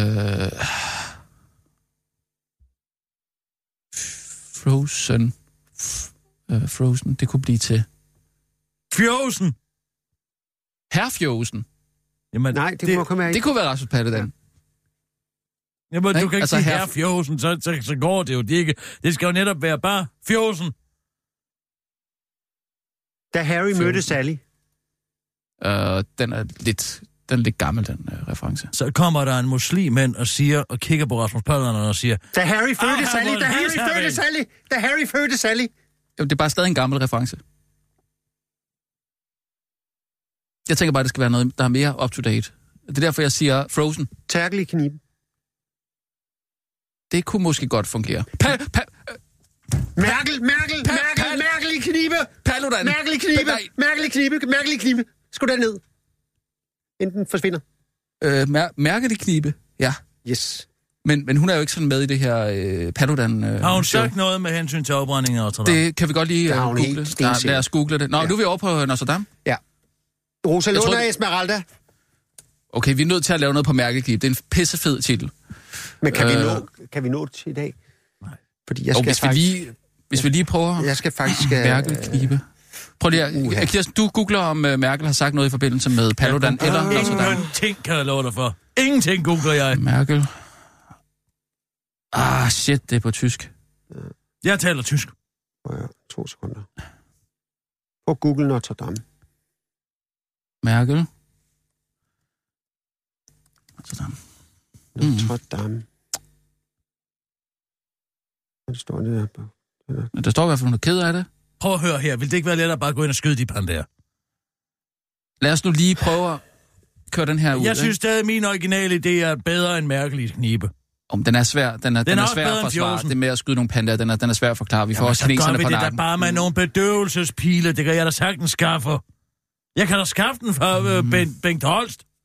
Frozen. F- uh, Frozen. Det kunne blive til... Fjosen. Herrfjosen. Jamen, Nej, det, det må komme af. Det kunne være Rasmus Paludan. Jamen, du Ikke? kan ikke Altså, sige her- herre Fjosen, så, så, så går det jo det ikke. Det skal jo netop være bare Fjosen. Da Harry mødte Sally. Uh, den er lidt... Den er lidt gammel, den uh, reference. Så kommer der en muslim ind og siger, og kigger på Rasmus Paludan og siger, Da Harry fødte Ah, Sally, hvor da Harry hilser fødte vi. Sally, da Harry fødte Sally. Jo, det er bare stadig en gammel reference. Jeg tænker bare, det skal være noget, der er mere up-to-date. Det er derfor, jeg siger Frozen. Tærkel i kniben. Det kunne måske godt fungere. Pa, pa, Merkel, Merkel, Pa- Merkel, pa- Merkel i knibe. Paludan. Merkel i knibe, Nej. Merkel i knibe, Merkel i knibe. Skru den ned. Enten forsvinder. Øh, mær- mærke det knibe. Ja. Yes. Men, men hun er jo ikke sådan med i det her øh, Paludan øh, har hun show. sagt noget med hensyn til opbrændingen af Notre Dame? Det kan vi godt lige Det øh, har hun google. helt Ja, stensikker. lad os google det. Nå, ja. Nu er vi over på Notre Dame. Ja. Rosa Jeg Lund tror, og det- Esmeralda. Okay, vi er nødt til at lave noget på mærkeknib. Det er en pissefed titel. Men kan, Øh. vi nå, kan vi nå det til i dag? Nej. Fordi jeg Og skal hvis, faktisk... vi lige, hvis vi lige prøver... Jeg skal faktisk... Uh, Mærkelknibe. Prøv lige Uha. at... Kirsten, du googler, om uh, Merkel har sagt noget i forbindelse med Paludan Jeg eller googler Notre Dame. Ingenting kan jeg love dig for. Ingenting googler jeg. Merkel. Ah, shit, det er på tysk. Jeg taler tysk. Ja, to sekunder. På Google Notre Dame. Merkel. Notre Dame. Notre Dame. Hvad står det der på? Men der står i hvert fald, hun er ked af det. Prøv at høre her. Vil det ikke være lettere bare at gå ind og skyde de pandaer? Lad os nu lige prøve at køre den her ud. Jeg synes stadig, at min originale idé er bedre end Merkelis knibe. Om den er svær. Den er, den Den er er også svær bedre at end forsvare. Fjosen. Det med at skyde nogle pandaer, den er, den er svær at forklare. Vi får Jamen, også så gør kineserne vi på det der nakken. bare med nogle bedøvelsespile. Det kan jeg da sagtens skaffe. Jeg kan da skaffe den fra øh, Mm. ben, Bengt Holst.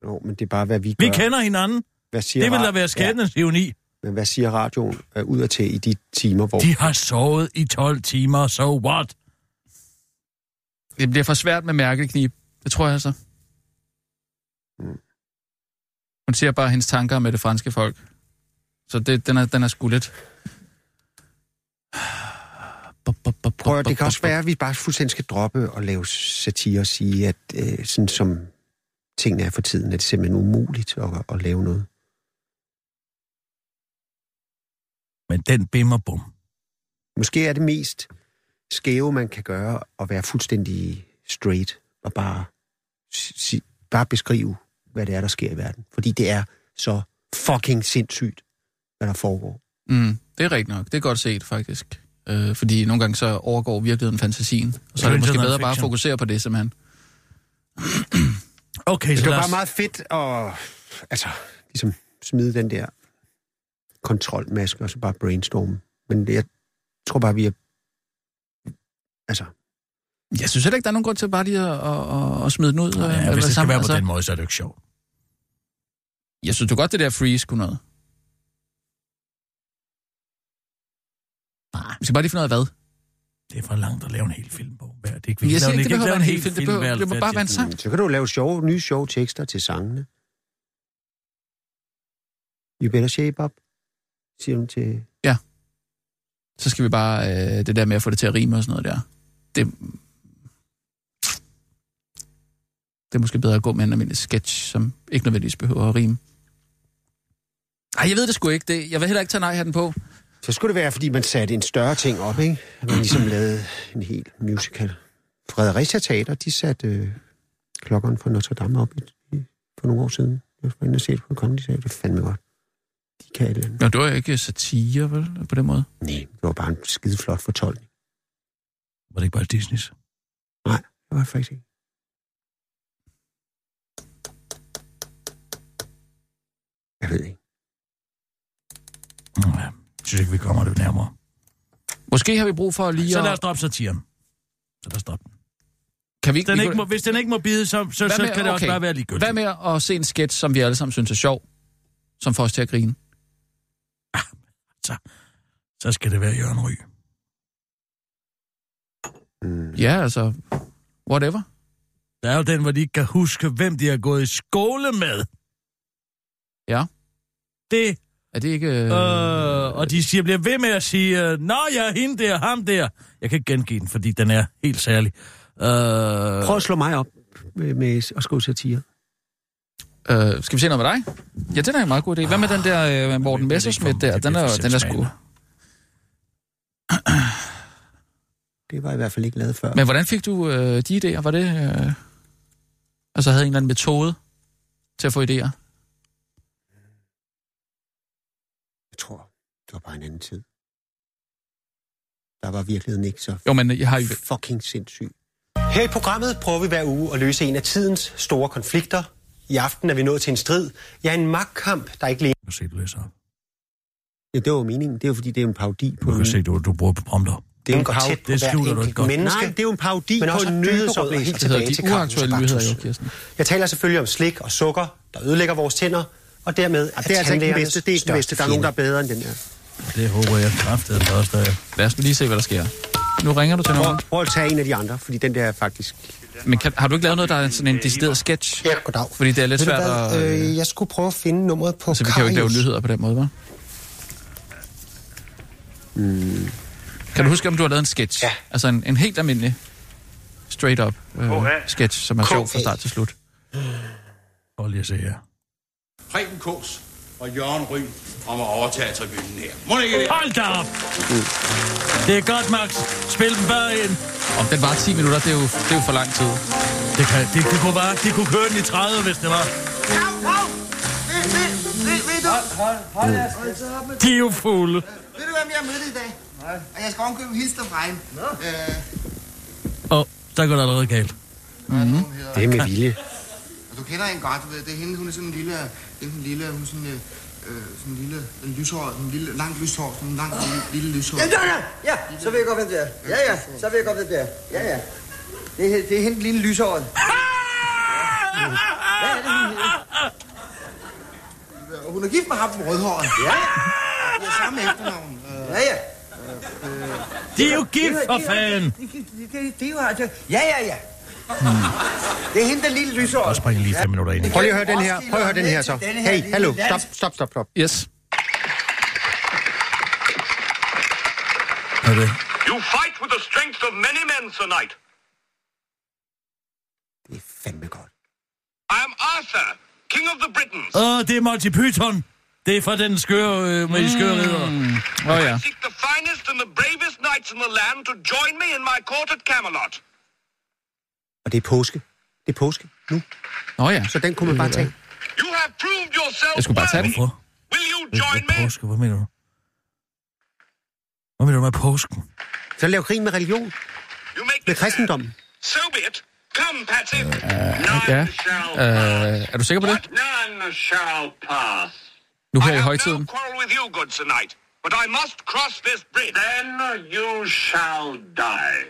Jo, men det er bare, hvad vi gør. Vi kender hinanden. Hvad siger det vil ra- da være skæbnens ironi. Ja. Men hvad siger radioen uh, ud af til i de timer, hvor... De har sovet i tolv timer, so what? Det bliver for svært med mærkeknib. Det tror jeg altså. Mm. Hun siger bare hendes tanker med det franske folk. Så det, den, er, den er sgu lidt... Prøv at, det kan også være, at vi bare fuldstændig skal droppe og lave satire og sige, at øh, sådan som tingene er for tiden, er det simpelthen umuligt at, at lave noget. Men den bimmer bum. Måske er det mest skæve, man kan gøre, at være fuldstændig straight og bare, si, bare beskrive, hvad det er, der sker i verden. Fordi det er så fucking sindssygt, hvad der foregår. Mm, det er rigtigt nok. Det er godt set, faktisk. Øh, fordi nogle gange så overgår virkeligheden fantasien. Og så er det måske bedre bare at fokusere på det, simpelthen. Okay, så det var bare meget fedt at altså, ligesom smide den der kontrolmaske og så bare brainstorme. Men det, jeg tror bare, vi er... Altså... Jeg synes heller ikke, der er nogen grund til bare lige at, at, at, at smide den ud. Ja, eller hvis det skal sammen. være på altså, den måde, så er det jo ikke sjovt. Jeg synes du godt, det der freeze kunne noget. Nej. Vi skal bare lige finde ud af hvad. Det er for langt at lave en hel film på. Det er ikke, jeg siger ikke, det behøver lave en hel film. Det, behøver, det må bare være en sang. Så kan du lave sjove, nye sjove tekster til sangene. You better shape up, siger hun til... Ja. Så skal vi bare... Øh, det der med at få det til at rime og sådan noget der. Det... Det er måske bedre at gå med en almindelig sketch, som ikke nødvendigvis behøver at rime. Ej, jeg ved det sgu ikke. Det, jeg vil heller ikke tage nej-hatten på. Så skulle det være, fordi man satte en større ting op, ikke? Man ligesom lavede en hel musical. Fredericia Teater, de satte øh, klokkeren fra Notre Dame op i, i, for nogle år siden. Jeg var inde og set på Kongelige Teater. Det fandme godt. De kan et eller andet. Nå, det var ikke satire, vel? På den måde? Nej, det var bare en skide flot fortolkning. Var det ikke bare Disney's? Nej, det var det faktisk ikke. Jeg ved ikke. Ja, jeg synes ikke, vi kommer det nærmere. Måske har vi brug for lige at... Så lad os droppe satiren. Så lad os droppe den. Kan vi ikke... Den vi ikke kunne... må, hvis den ikke må bide, så, så, så med, kan det okay. også bare være ligegyldigt. Hvad med at se en sketch, som vi alle sammen synes er sjov, som får os til at grine? Ah, så, så skal det være Jørgen Ryg. Mm. Ja, altså... Whatever. Der er jo den, hvor de ikke kan huske, hvem de har gået i skole med. Ja. Det... Er det ikke... Øh... Øh, og de siger, bliver ved med at sige, øh, nå, jeg er hende der, ham der. Jeg kan ikke gengive den, fordi den er helt særlig. Øh... Prøv at slå mig op med, med at skrive satire. Øh, skal vi se noget med dig? Ja, den er en meget god idé. Hvad med den der øh, Morten Messerschmidt der? Den er, den er sgu... Det var i hvert fald ikke lavet før. Men hvordan fik du øh, de idéer? Var det... Øh... Altså havde en eller anden metode til at få idéer? Jeg tror, det var bare en anden tid. Der var virkeligheden ikke så jo, men jeg har jo... fucking sindssyg. Her i programmet prøver vi hver uge at løse en af tidens store konflikter. I aften er vi nået til en strid. Ja, en magtkamp, der ikke længere... Du kan se, du læser op. Ja, det var meningen. Det er jo fordi, det er en parodi på... Du kan se, du, du bruger på prompter. Det er en tæt på det hver enkelt menneske. Nej, det er jo en parodi men på en nyhedsoplæg helt tilbage til uaktuelle nyheder, jo, Kirsten. Jeg taler selvfølgelig om slik og sukker, der ødelægger vores tænder, og dermed er det er altså ikke det bedste. Det er ikke det bedste. Der er nogen, der er bedre end den her. Det håber jeg kraftigt også, der. Lad os lige se, hvad der sker. Nu ringer du til nogen. Prøv, prøv at tage en af de andre, fordi den der er faktisk... Men kan, har du ikke lavet noget, der er sådan en decideret sketch? Ja, goddag. Fordi det er lidt svært at... Øh, jeg skulle prøve at finde nummeret på altså, vi kan jo ikke lave nyheder på den måde, hva'? Mm. Kan du huske, om du har lavet en sketch? Ja. Altså en, en helt almindelig straight-up øh, sketch, som er sjov fra start til slut. Prøv lige at se her. Preben Kås og Jørgen Ryg om at overtage tribunen her. Må det ikke det? Hold da op! Mm. Det er godt, Max. Spil den bare ind. Om den var ti minutter, det er jo, det er jo for lang tid. Det, kan, det, det kunne være, de kunne køre den i tredive, hvis det var. Hav, hav! Ved, ved, ved, ved du? Hold, hold, hold jeres mm. De er jo fulde. Ved du, hvem jeg mødte i dag? Nej. Og jeg skal omkøbe hilse dig fra hende. Nå. Åh, oh, der går der allerede galt. Mm-hmm. Det er med vilje. Og du kender hende godt, du ved. Det er hende, hun er sådan en lille... Det er en lille... Hun er sådan... Øh, sådan en lille... En lyshår. En lille... Langt lyshår. Sådan en lang lille, lille lyshår. Ja, ja, ja. Så ved jeg godt, hvem det er. Ja, ja. Så ved jeg godt, hvem det er. Ja, ja. Det er, det er hende, lille lyshåret. Ja, det er hende. Og hun er gift med ham på rødhåret. Ja, ja. De har samme efternavn. Ja, ja. De er jo gift, for fanden! Det, det, det, det er jo altså... Ja, ja, ja. Hmm. Det er hende, den lille lyshåret. Og springer lige fem minutter ind. Prøv lige at høre den her. Prøv at høre den her så. Hey, hallo. Stop, stop, stop, stop. Yes. Hvad er det? You fight with the strength of many men, Sir Knight. Det er fandme godt. I am Arthur, King of the Britons. Åh, oh, det er Monty Python. Det er fra den skøre, øh, med de skøre ridder. Åh, oh, ja. I seek the finest and the bravest knights in the land to join me in my court at Camelot. Og det er påske. Det er påske nu. Nå ja. Så den kunne man bare tage. You have proved yourself. Jeg skulle bare tage den. Hvorfor? Will you join me? Påske, hvad mener du? Hvad mener du med påsken? Så lav krig med religion. You make Med kristendommen. So be it. Come, Patsy. Ja. Øh, er du sikker på det? None shall pass. Nu her I i have højtiden. no quarrel with you, good Sir Knight, but I must cross this bridge. Then you shall die.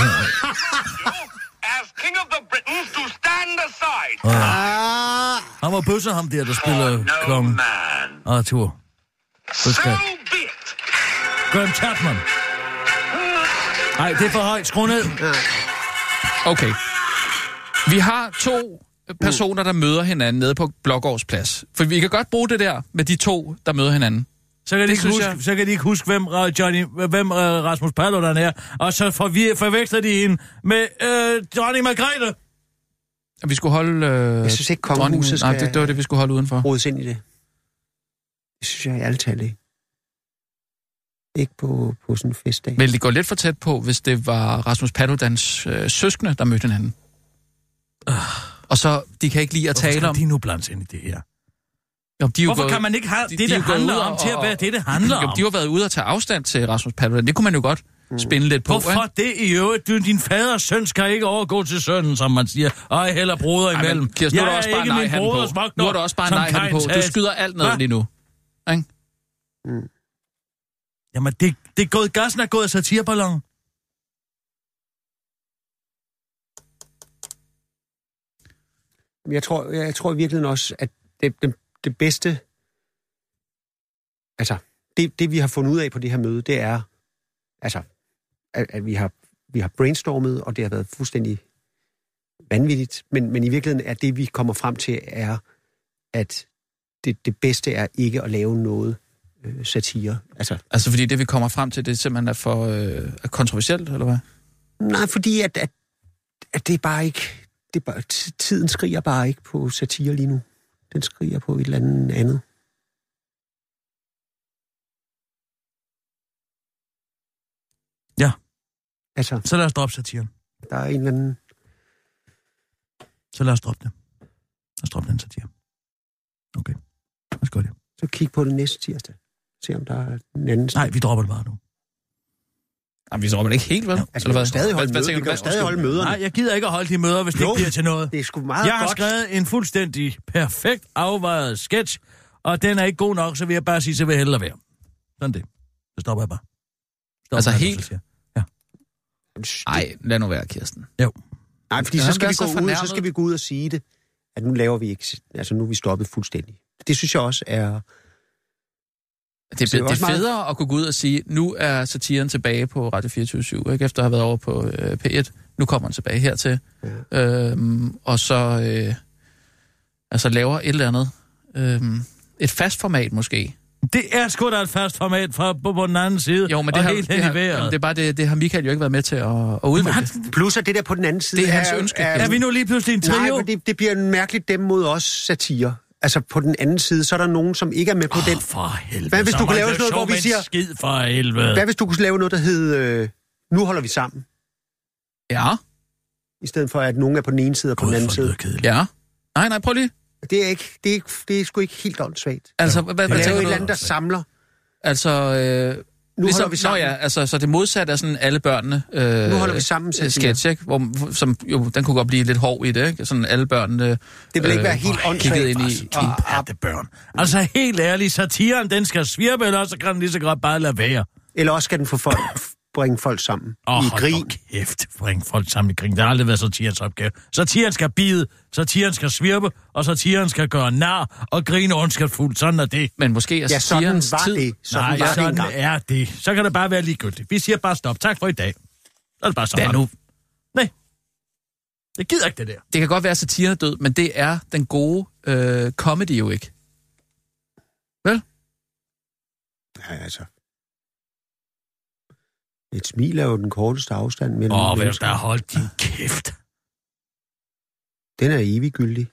As King of the Britons, to stand aside. Ah, Han var bøsser, ham der, der spiller No kongen. man. Arthur. So be it. Graham Chapman. Nej, det er for højt. Skru ned. Okay. Vi har to personer, der møder hinanden nede på Blågårdsplads. For vi kan godt bruge det der med de to, der møder hinanden. Så kan, de ikke huske, jeg... så kan de ikke huske, hvem, Johnny, hvem uh, Rasmus Paludan er. Og så får vi, forveksler de hende med uh, dronning Margrethe. Vi skulle holde... Øh, jeg synes ikke, kongehuset skal... Nej, det, det var det, vi skulle holde udenfor. Rodes ind i det. Det synes jeg i alle tal ikke. Ikke på, på sådan en festdag. Vil det gå lidt for tæt på, hvis det var Rasmus Paludans øh, søskende, der mødte hinanden? Uh. Og så, de kan ikke lide at Hvorfor tale om... Hvorfor skal de nu blandes ind i det her? Jo, de Hvorfor gået, kan man ikke have de, det, det de handler om, og, til at være det, det handler jo, om? De har været ude og tage afstand til Rasmus Paludan. Det kunne man jo godt mm. spænde lidt på. Hvorfor ikke? det i øvrigt? Du, din faders søn skal ikke overgå til sønnen, som man siger. Ej, heller broder Ej, imellem. Men, Kirsten, nu er der også bare nej han på. Nu er der også bare nej han på. Du skyder alt ned lige nu. Ikke? Mm. Jamen, det, det er gået, gassen er gået af satirballon. Jeg tror, jeg tror i virkeligheden også, at det, det, det bedste, altså, det, det vi har fundet ud af på det her møde, det er, altså, at, at vi har, vi har brainstormet, og det har været fuldstændig vanvittigt, men, men i virkeligheden er det, vi kommer frem til, er, at det, det bedste er ikke at lave noget øh, satire. Altså, altså, fordi det, vi kommer frem til, det simpelthen er for øh, er kontroversielt, eller hvad? Nej, fordi at, at, at det er bare ikke... Det er bare, tiden skriger bare ikke på satire lige nu. Den skriger på et eller andet andet. Ja. Altså, så lad os droppe satiren. Der er en eller anden... Så lad os droppe det. Lad os droppe den satire. Okay. Lad os gøre det. Så kig på det næste tirsdag. Se om der er en anden... Nej, vi dropper det bare nu. Jamen, vi dropper det ikke helt, vel? Ja, altså, vi kan stadig holde, hvad, møde, hvad, vi kan stadig holde møderne. Nej, jeg gider ikke at holde de møder, hvis det jo, ikke bliver til noget. Det er sgu meget jeg godt. godt. Jeg har skrevet en fuldstændig perfekt afvejet sketch, og den er ikke god nok, så vil jeg bare sige, så vil jeg hellere være. Sådan det. Så stopper jeg bare. Stopper altså jeg, helt? Ja. Nej, lad nu være, Kirsten. Jo. Nej, fordi så skal, vi gå ud, så skal vi gå ud og sige det, at nu laver vi ikke... Altså, nu er vi stoppet fuldstændig. Det synes jeg også er... Det, det, det er federe meget... at kunne gå ud og sige, nu er satiren tilbage på Radio fireogtyve syv, ikke? Efter at have været over på øh, P et. Nu kommer den tilbage hertil. Ja. Øhm, og så øh, altså laver et eller andet. Øhm, et fast format måske. Det er sgu da et fast format fra på, på den anden side. Jo, men det har, helt det, har, det er bare det, det har Michael jo ikke været med til at, at udvikle. Han, plus at det der på den anden side... Det er hans er, ønske. Er, er vi nu lige pludselig en trio? Nej, men det, det bliver en mærkeligt dem mod os satire. Altså på den anden side, så er der nogen, som ikke er med på oh, den. For helvede. Hvad hvis du kunne lave noget, hvor vi siger... Skid for helvede. Hvad hvis du kunne lave noget, der hed... Øh, nu holder vi sammen? Ja. I stedet for, at nogen er på den ene side og på God, den anden side. Ja. Nej, nej, prøv lige. Det er, ikke, det er, ikke, det er sgu ikke helt åndssvagt. Altså, hvad, hvad, hvad tænker du? et eller andet, der samler. Altså... Øh... Nu ligesom, holder vi sammen. Nå ja, altså, så det modsatte er sådan alle børnene... Øh, nu holder vi sammen, sketch, ikke? Hvor, som jo, den kunne godt blive lidt hård i det, ikke? Sådan alle børnene... Det vil ikke øh, være helt åndssvagt. Ind i... De børn. Altså helt ærligt, satiren, den skal svirpe, eller så kan den lige så godt bare lade være. Eller også skal den få folk bringe folk sammen Åh, i hold grin. nu kæft, bringe folk sammen i grin. Det har aldrig været satirens opgave. Satiren skal bide, satiren skal svirpe, og satiren skal gøre nar og grine ondskabsfuldt. Sådan er det. Men måske er Ja, sådan satirens var tid... det. Sådan Nej, var det sådan engang. er det. Så kan det bare være ligegyldigt. Vi siger bare stop. Tak for i dag. Så er det bare sådan. Hvad nu? Nej. Jeg gider ikke det der. Det kan godt være, at satiren er død, men det er den gode øh, comedy jo ikke. Vel? Ja, altså. Et smil er jo den korteste afstand mellem Åh, oh, vil du mennesker. da holde din kæft. Den er eviggyldig.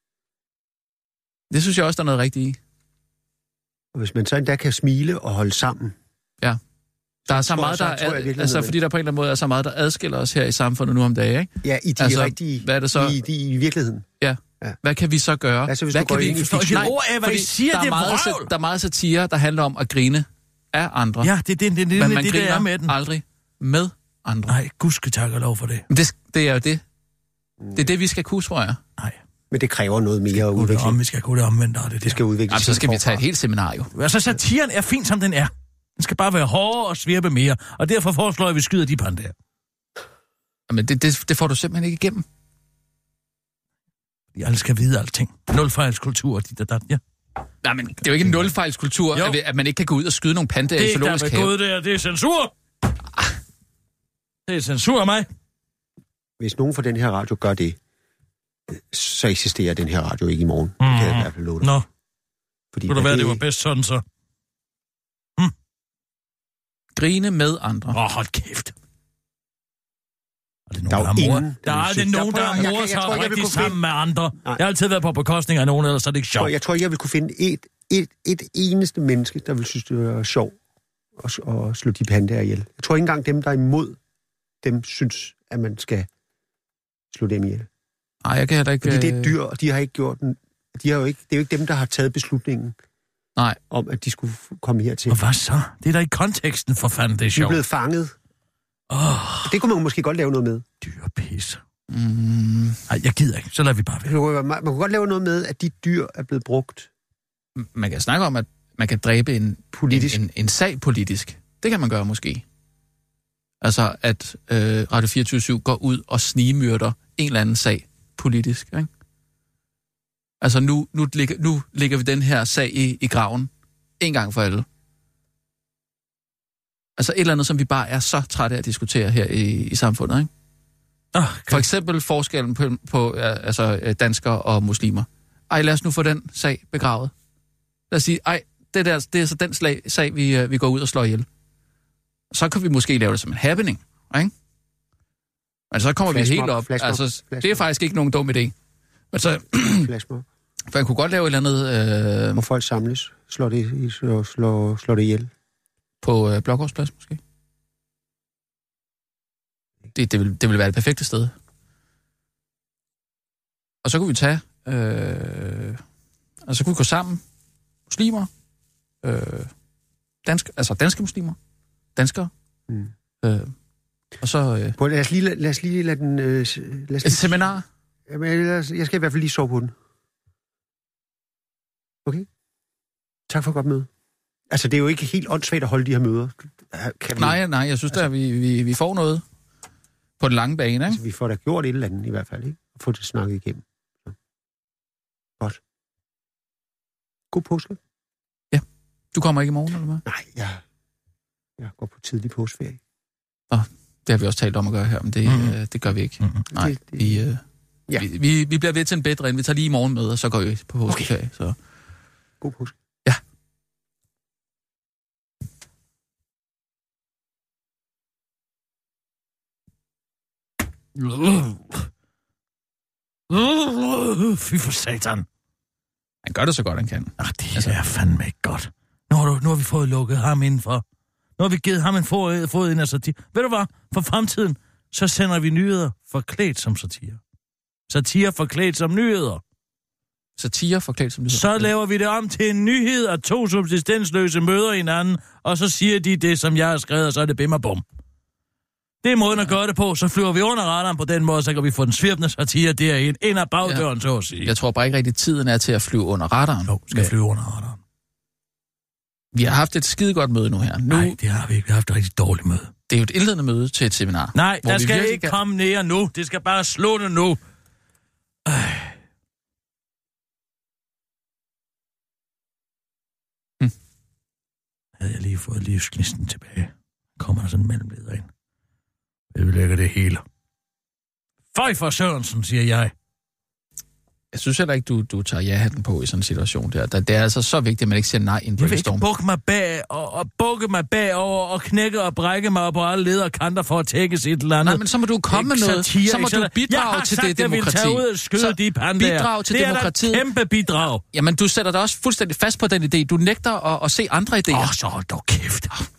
Det synes jeg også, der er noget rigtigt i. Og hvis man så endda kan smile og holde sammen. Ja. Der er så tror- meget, så der tror jeg er, virkelig altså noget. fordi der på en eller anden måde er så meget, der adskiller os her i samfundet nu om dagen, ikke? Ja, i de Altså, rigtige... hvad er det så? I, de, i virkeligheden. Ja. Ja. Hvad kan vi så gøre? Altså, hvis hvad du går kan vi... ind i Forstår- fiktion- Nej, ord af, hvad fordi vi siger, der det er meget, vrøvl. sa- der er meget satire, der handler om at grine af andre. Ja, det er det, det, det, men det, man det, det griner er med den. aldrig med andre. Nej, gud skal takke og lov for det. Men Det, det er jo det. Det er det, vi skal kunne, tror jeg. Nej. Men det kræver noget mere Gud, det udvikling. om, vi skal kunne det omvendt, og det, Det skal udvikles. Jamen, så skal vi forfra. tage et helt seminar jo. Altså, satiren er fint, som den er. Den skal bare være hårdere og svirpe mere, og derfor foreslår jeg, at vi skyder de pandaer. Jamen, det, det, det får du simpelthen ikke igennem. De alle skal vide alting. Nulfejlskultur og dit og dat, ja. Nej, men det er jo ikke en nulfejlskultur, at, vi- at man ikke kan gå ud og skyde nogle pandaer i Det, der zoologisk er have. gået der, det er censur. Det er censur af mig. Hvis nogen fra den her radio gør det, så eksisterer den her radio ikke i morgen. Mm. Det kan jeg i hvert fald love dig. Nå, Fordi kunne det hvad være, det var bedst sådan så? Grine med andre. Åh, oh, hold kæft. Og det er Der er nogen, jo der, har ingen, mor. Der er der vil aldrig synes- nogen, der der prøver- har jeg mor kan- jeg sig tror ikke, jeg vil rigtig kunne sammen finde- med andre. Nej. Jeg har altid været på bekostning af nogen, ellers er det ikke sjovt. Jeg tror ikke, jeg vil kunne finde et, et, et eneste menneske, der vil synes, det var sjovt at, at slå de pandaer ihjel. Jeg tror ikke engang dem, der er imod dem, synes, at man skal slå dem ihjel. Nej, jeg kan heller ikke... Fordi det er øh, dyr, og de har ikke gjort den. De har jo ikke, det er jo ikke dem, der har taget beslutningen Nej. om, at de skulle komme hertil. Og hvad så? Det er da i konteksten, for fanden, det er De er sjovt. blevet fanget. Åh, Det kunne man måske godt lave noget med. dyr pis. Mm, Nej, jeg gider ikke. Så lader vi bare være. Det kunne være- Man kunne godt lave noget med, at de dyr er blevet brugt man kan snakke om, at man kan dræbe en, politisk. en, en, en sag politisk. Det kan man gøre måske. Altså, at øh, Radio fireogtyve syv går ud og snigemyrder en eller anden sag politisk, ikke? Altså, nu, nu, ligger, nu ligger vi den her sag i, i graven en gang for alle. Altså, et eller andet, som vi bare er så trætte af at diskutere her i, i samfundet, ikke? Oh, For eksempel forskellen på, på ja, altså, danskere og muslimer. Ej, lad os nu få den sag begravet. Lad os sige, ej, det, der, det er så den slag, sag, vi, vi går ud og slår ihjel. Så kan vi måske lave det som en happening, ikke? Men så kommer Flashmob, vi helt op. flashmob, Altså, det er flashmob. faktisk ikke nogen dum idé. Men så, Flashmob. for man kunne godt lave et eller andet øh, Hvor folk samles, slår det, i- slår, slår, slår det ihjel. på øh, Blågårdsplads, måske. Det, det, vil, det vil være det perfekte sted. Og så kunne vi tage... Øh, og så kunne vi gå sammen. Muslimer. Øh, dansk, altså danske muslimer. Danskere. Mm. Øh, og så... Øh, Prøv, lad, os lige, lad os lige lade den... Øh, s- lad os et lige, seminar. jamen, lad os, jeg skal i hvert fald lige sove på den. Okay? Tak for et godt møde. Altså, det er jo ikke helt åndssvagt at holde de her møder. Kan vi, Nej, nej, jeg synes altså, da, vi, vi, vi får noget på den lange bane, ikke? Altså, vi får da gjort et eller andet i hvert fald, ikke? Og få det snakket igennem. Så. Godt. God påske. Du kommer ikke i morgen, eller hvad? Nej, jeg, jeg går på tidlig påskeferie. Det har vi også talt om at gøre her, men det, Mhm. øh, det gør vi ikke. Mhm. Nej, Det- det- vi, øh, Ja. vi, vi, vi bliver ved til en bedre, vi tager lige i morgen med, og så går vi på påskeferie. Så. God påske. Ja. Fy for satan. Han gør det så godt, han kan. Ach, det Altså- er fandme ikke godt. Nu har, du, nu har vi fået lukket ham indenfor. Nu har vi givet ham en fod, fod ind af satire. Ved du hvad? For fremtiden, så sender vi nyheder forklædt som satire. Satire forklædt som nyheder. Satire forklædt som det. Så laver vi det om til en nyhed, at to subsistensløse møder hinanden, og så siger de det, som jeg har skrevet, og så er det bim og bum. Det er måden at gøre det på, så flyver vi under radaren på den måde, så kan vi få den svirpende satire derind, ind ad bagdøren, så at sige. Jeg tror bare ikke rigtig, tiden er til at flyve under radaren. Jo, skal Men flyve under radaren. Vi har haft et skidegodt møde nu her. Nu, Nej, det har vi ikke. Vi har haft et rigtig dårligt møde. Det er jo et indledende møde til et seminar. Nej, der skal virkelig... ikke komme ned nu. Det skal bare slutte nu. Ej. Hm. Havde jeg lige fået livsgnisten tilbage, kommer der sådan en mellemleder ind. Jeg vil lægge det hele. Føj for Sørensen, siger jeg. Jeg synes heller ikke, du, du tager ja-hatten på i sådan en situation der. Det er altså så vigtigt, at man ikke siger nej i en brainstorm. Jeg vil ikke bukke mig bag og, og bukke mig bagover og knække og brække mig på alle leder og kanter for at tækkes et eller andet. Nej, men så må du komme med noget. Satire, så må du bidrage til det demokrati. Jeg vil tage ud og skyde de pandaer. Bidrag til det demokratiet. Det er da et kæmpe bidrag. Jamen, du sætter dig også fuldstændig fast på den idé. Du nægter at, at se andre idéer. Åh, oh, så hold dog kæft.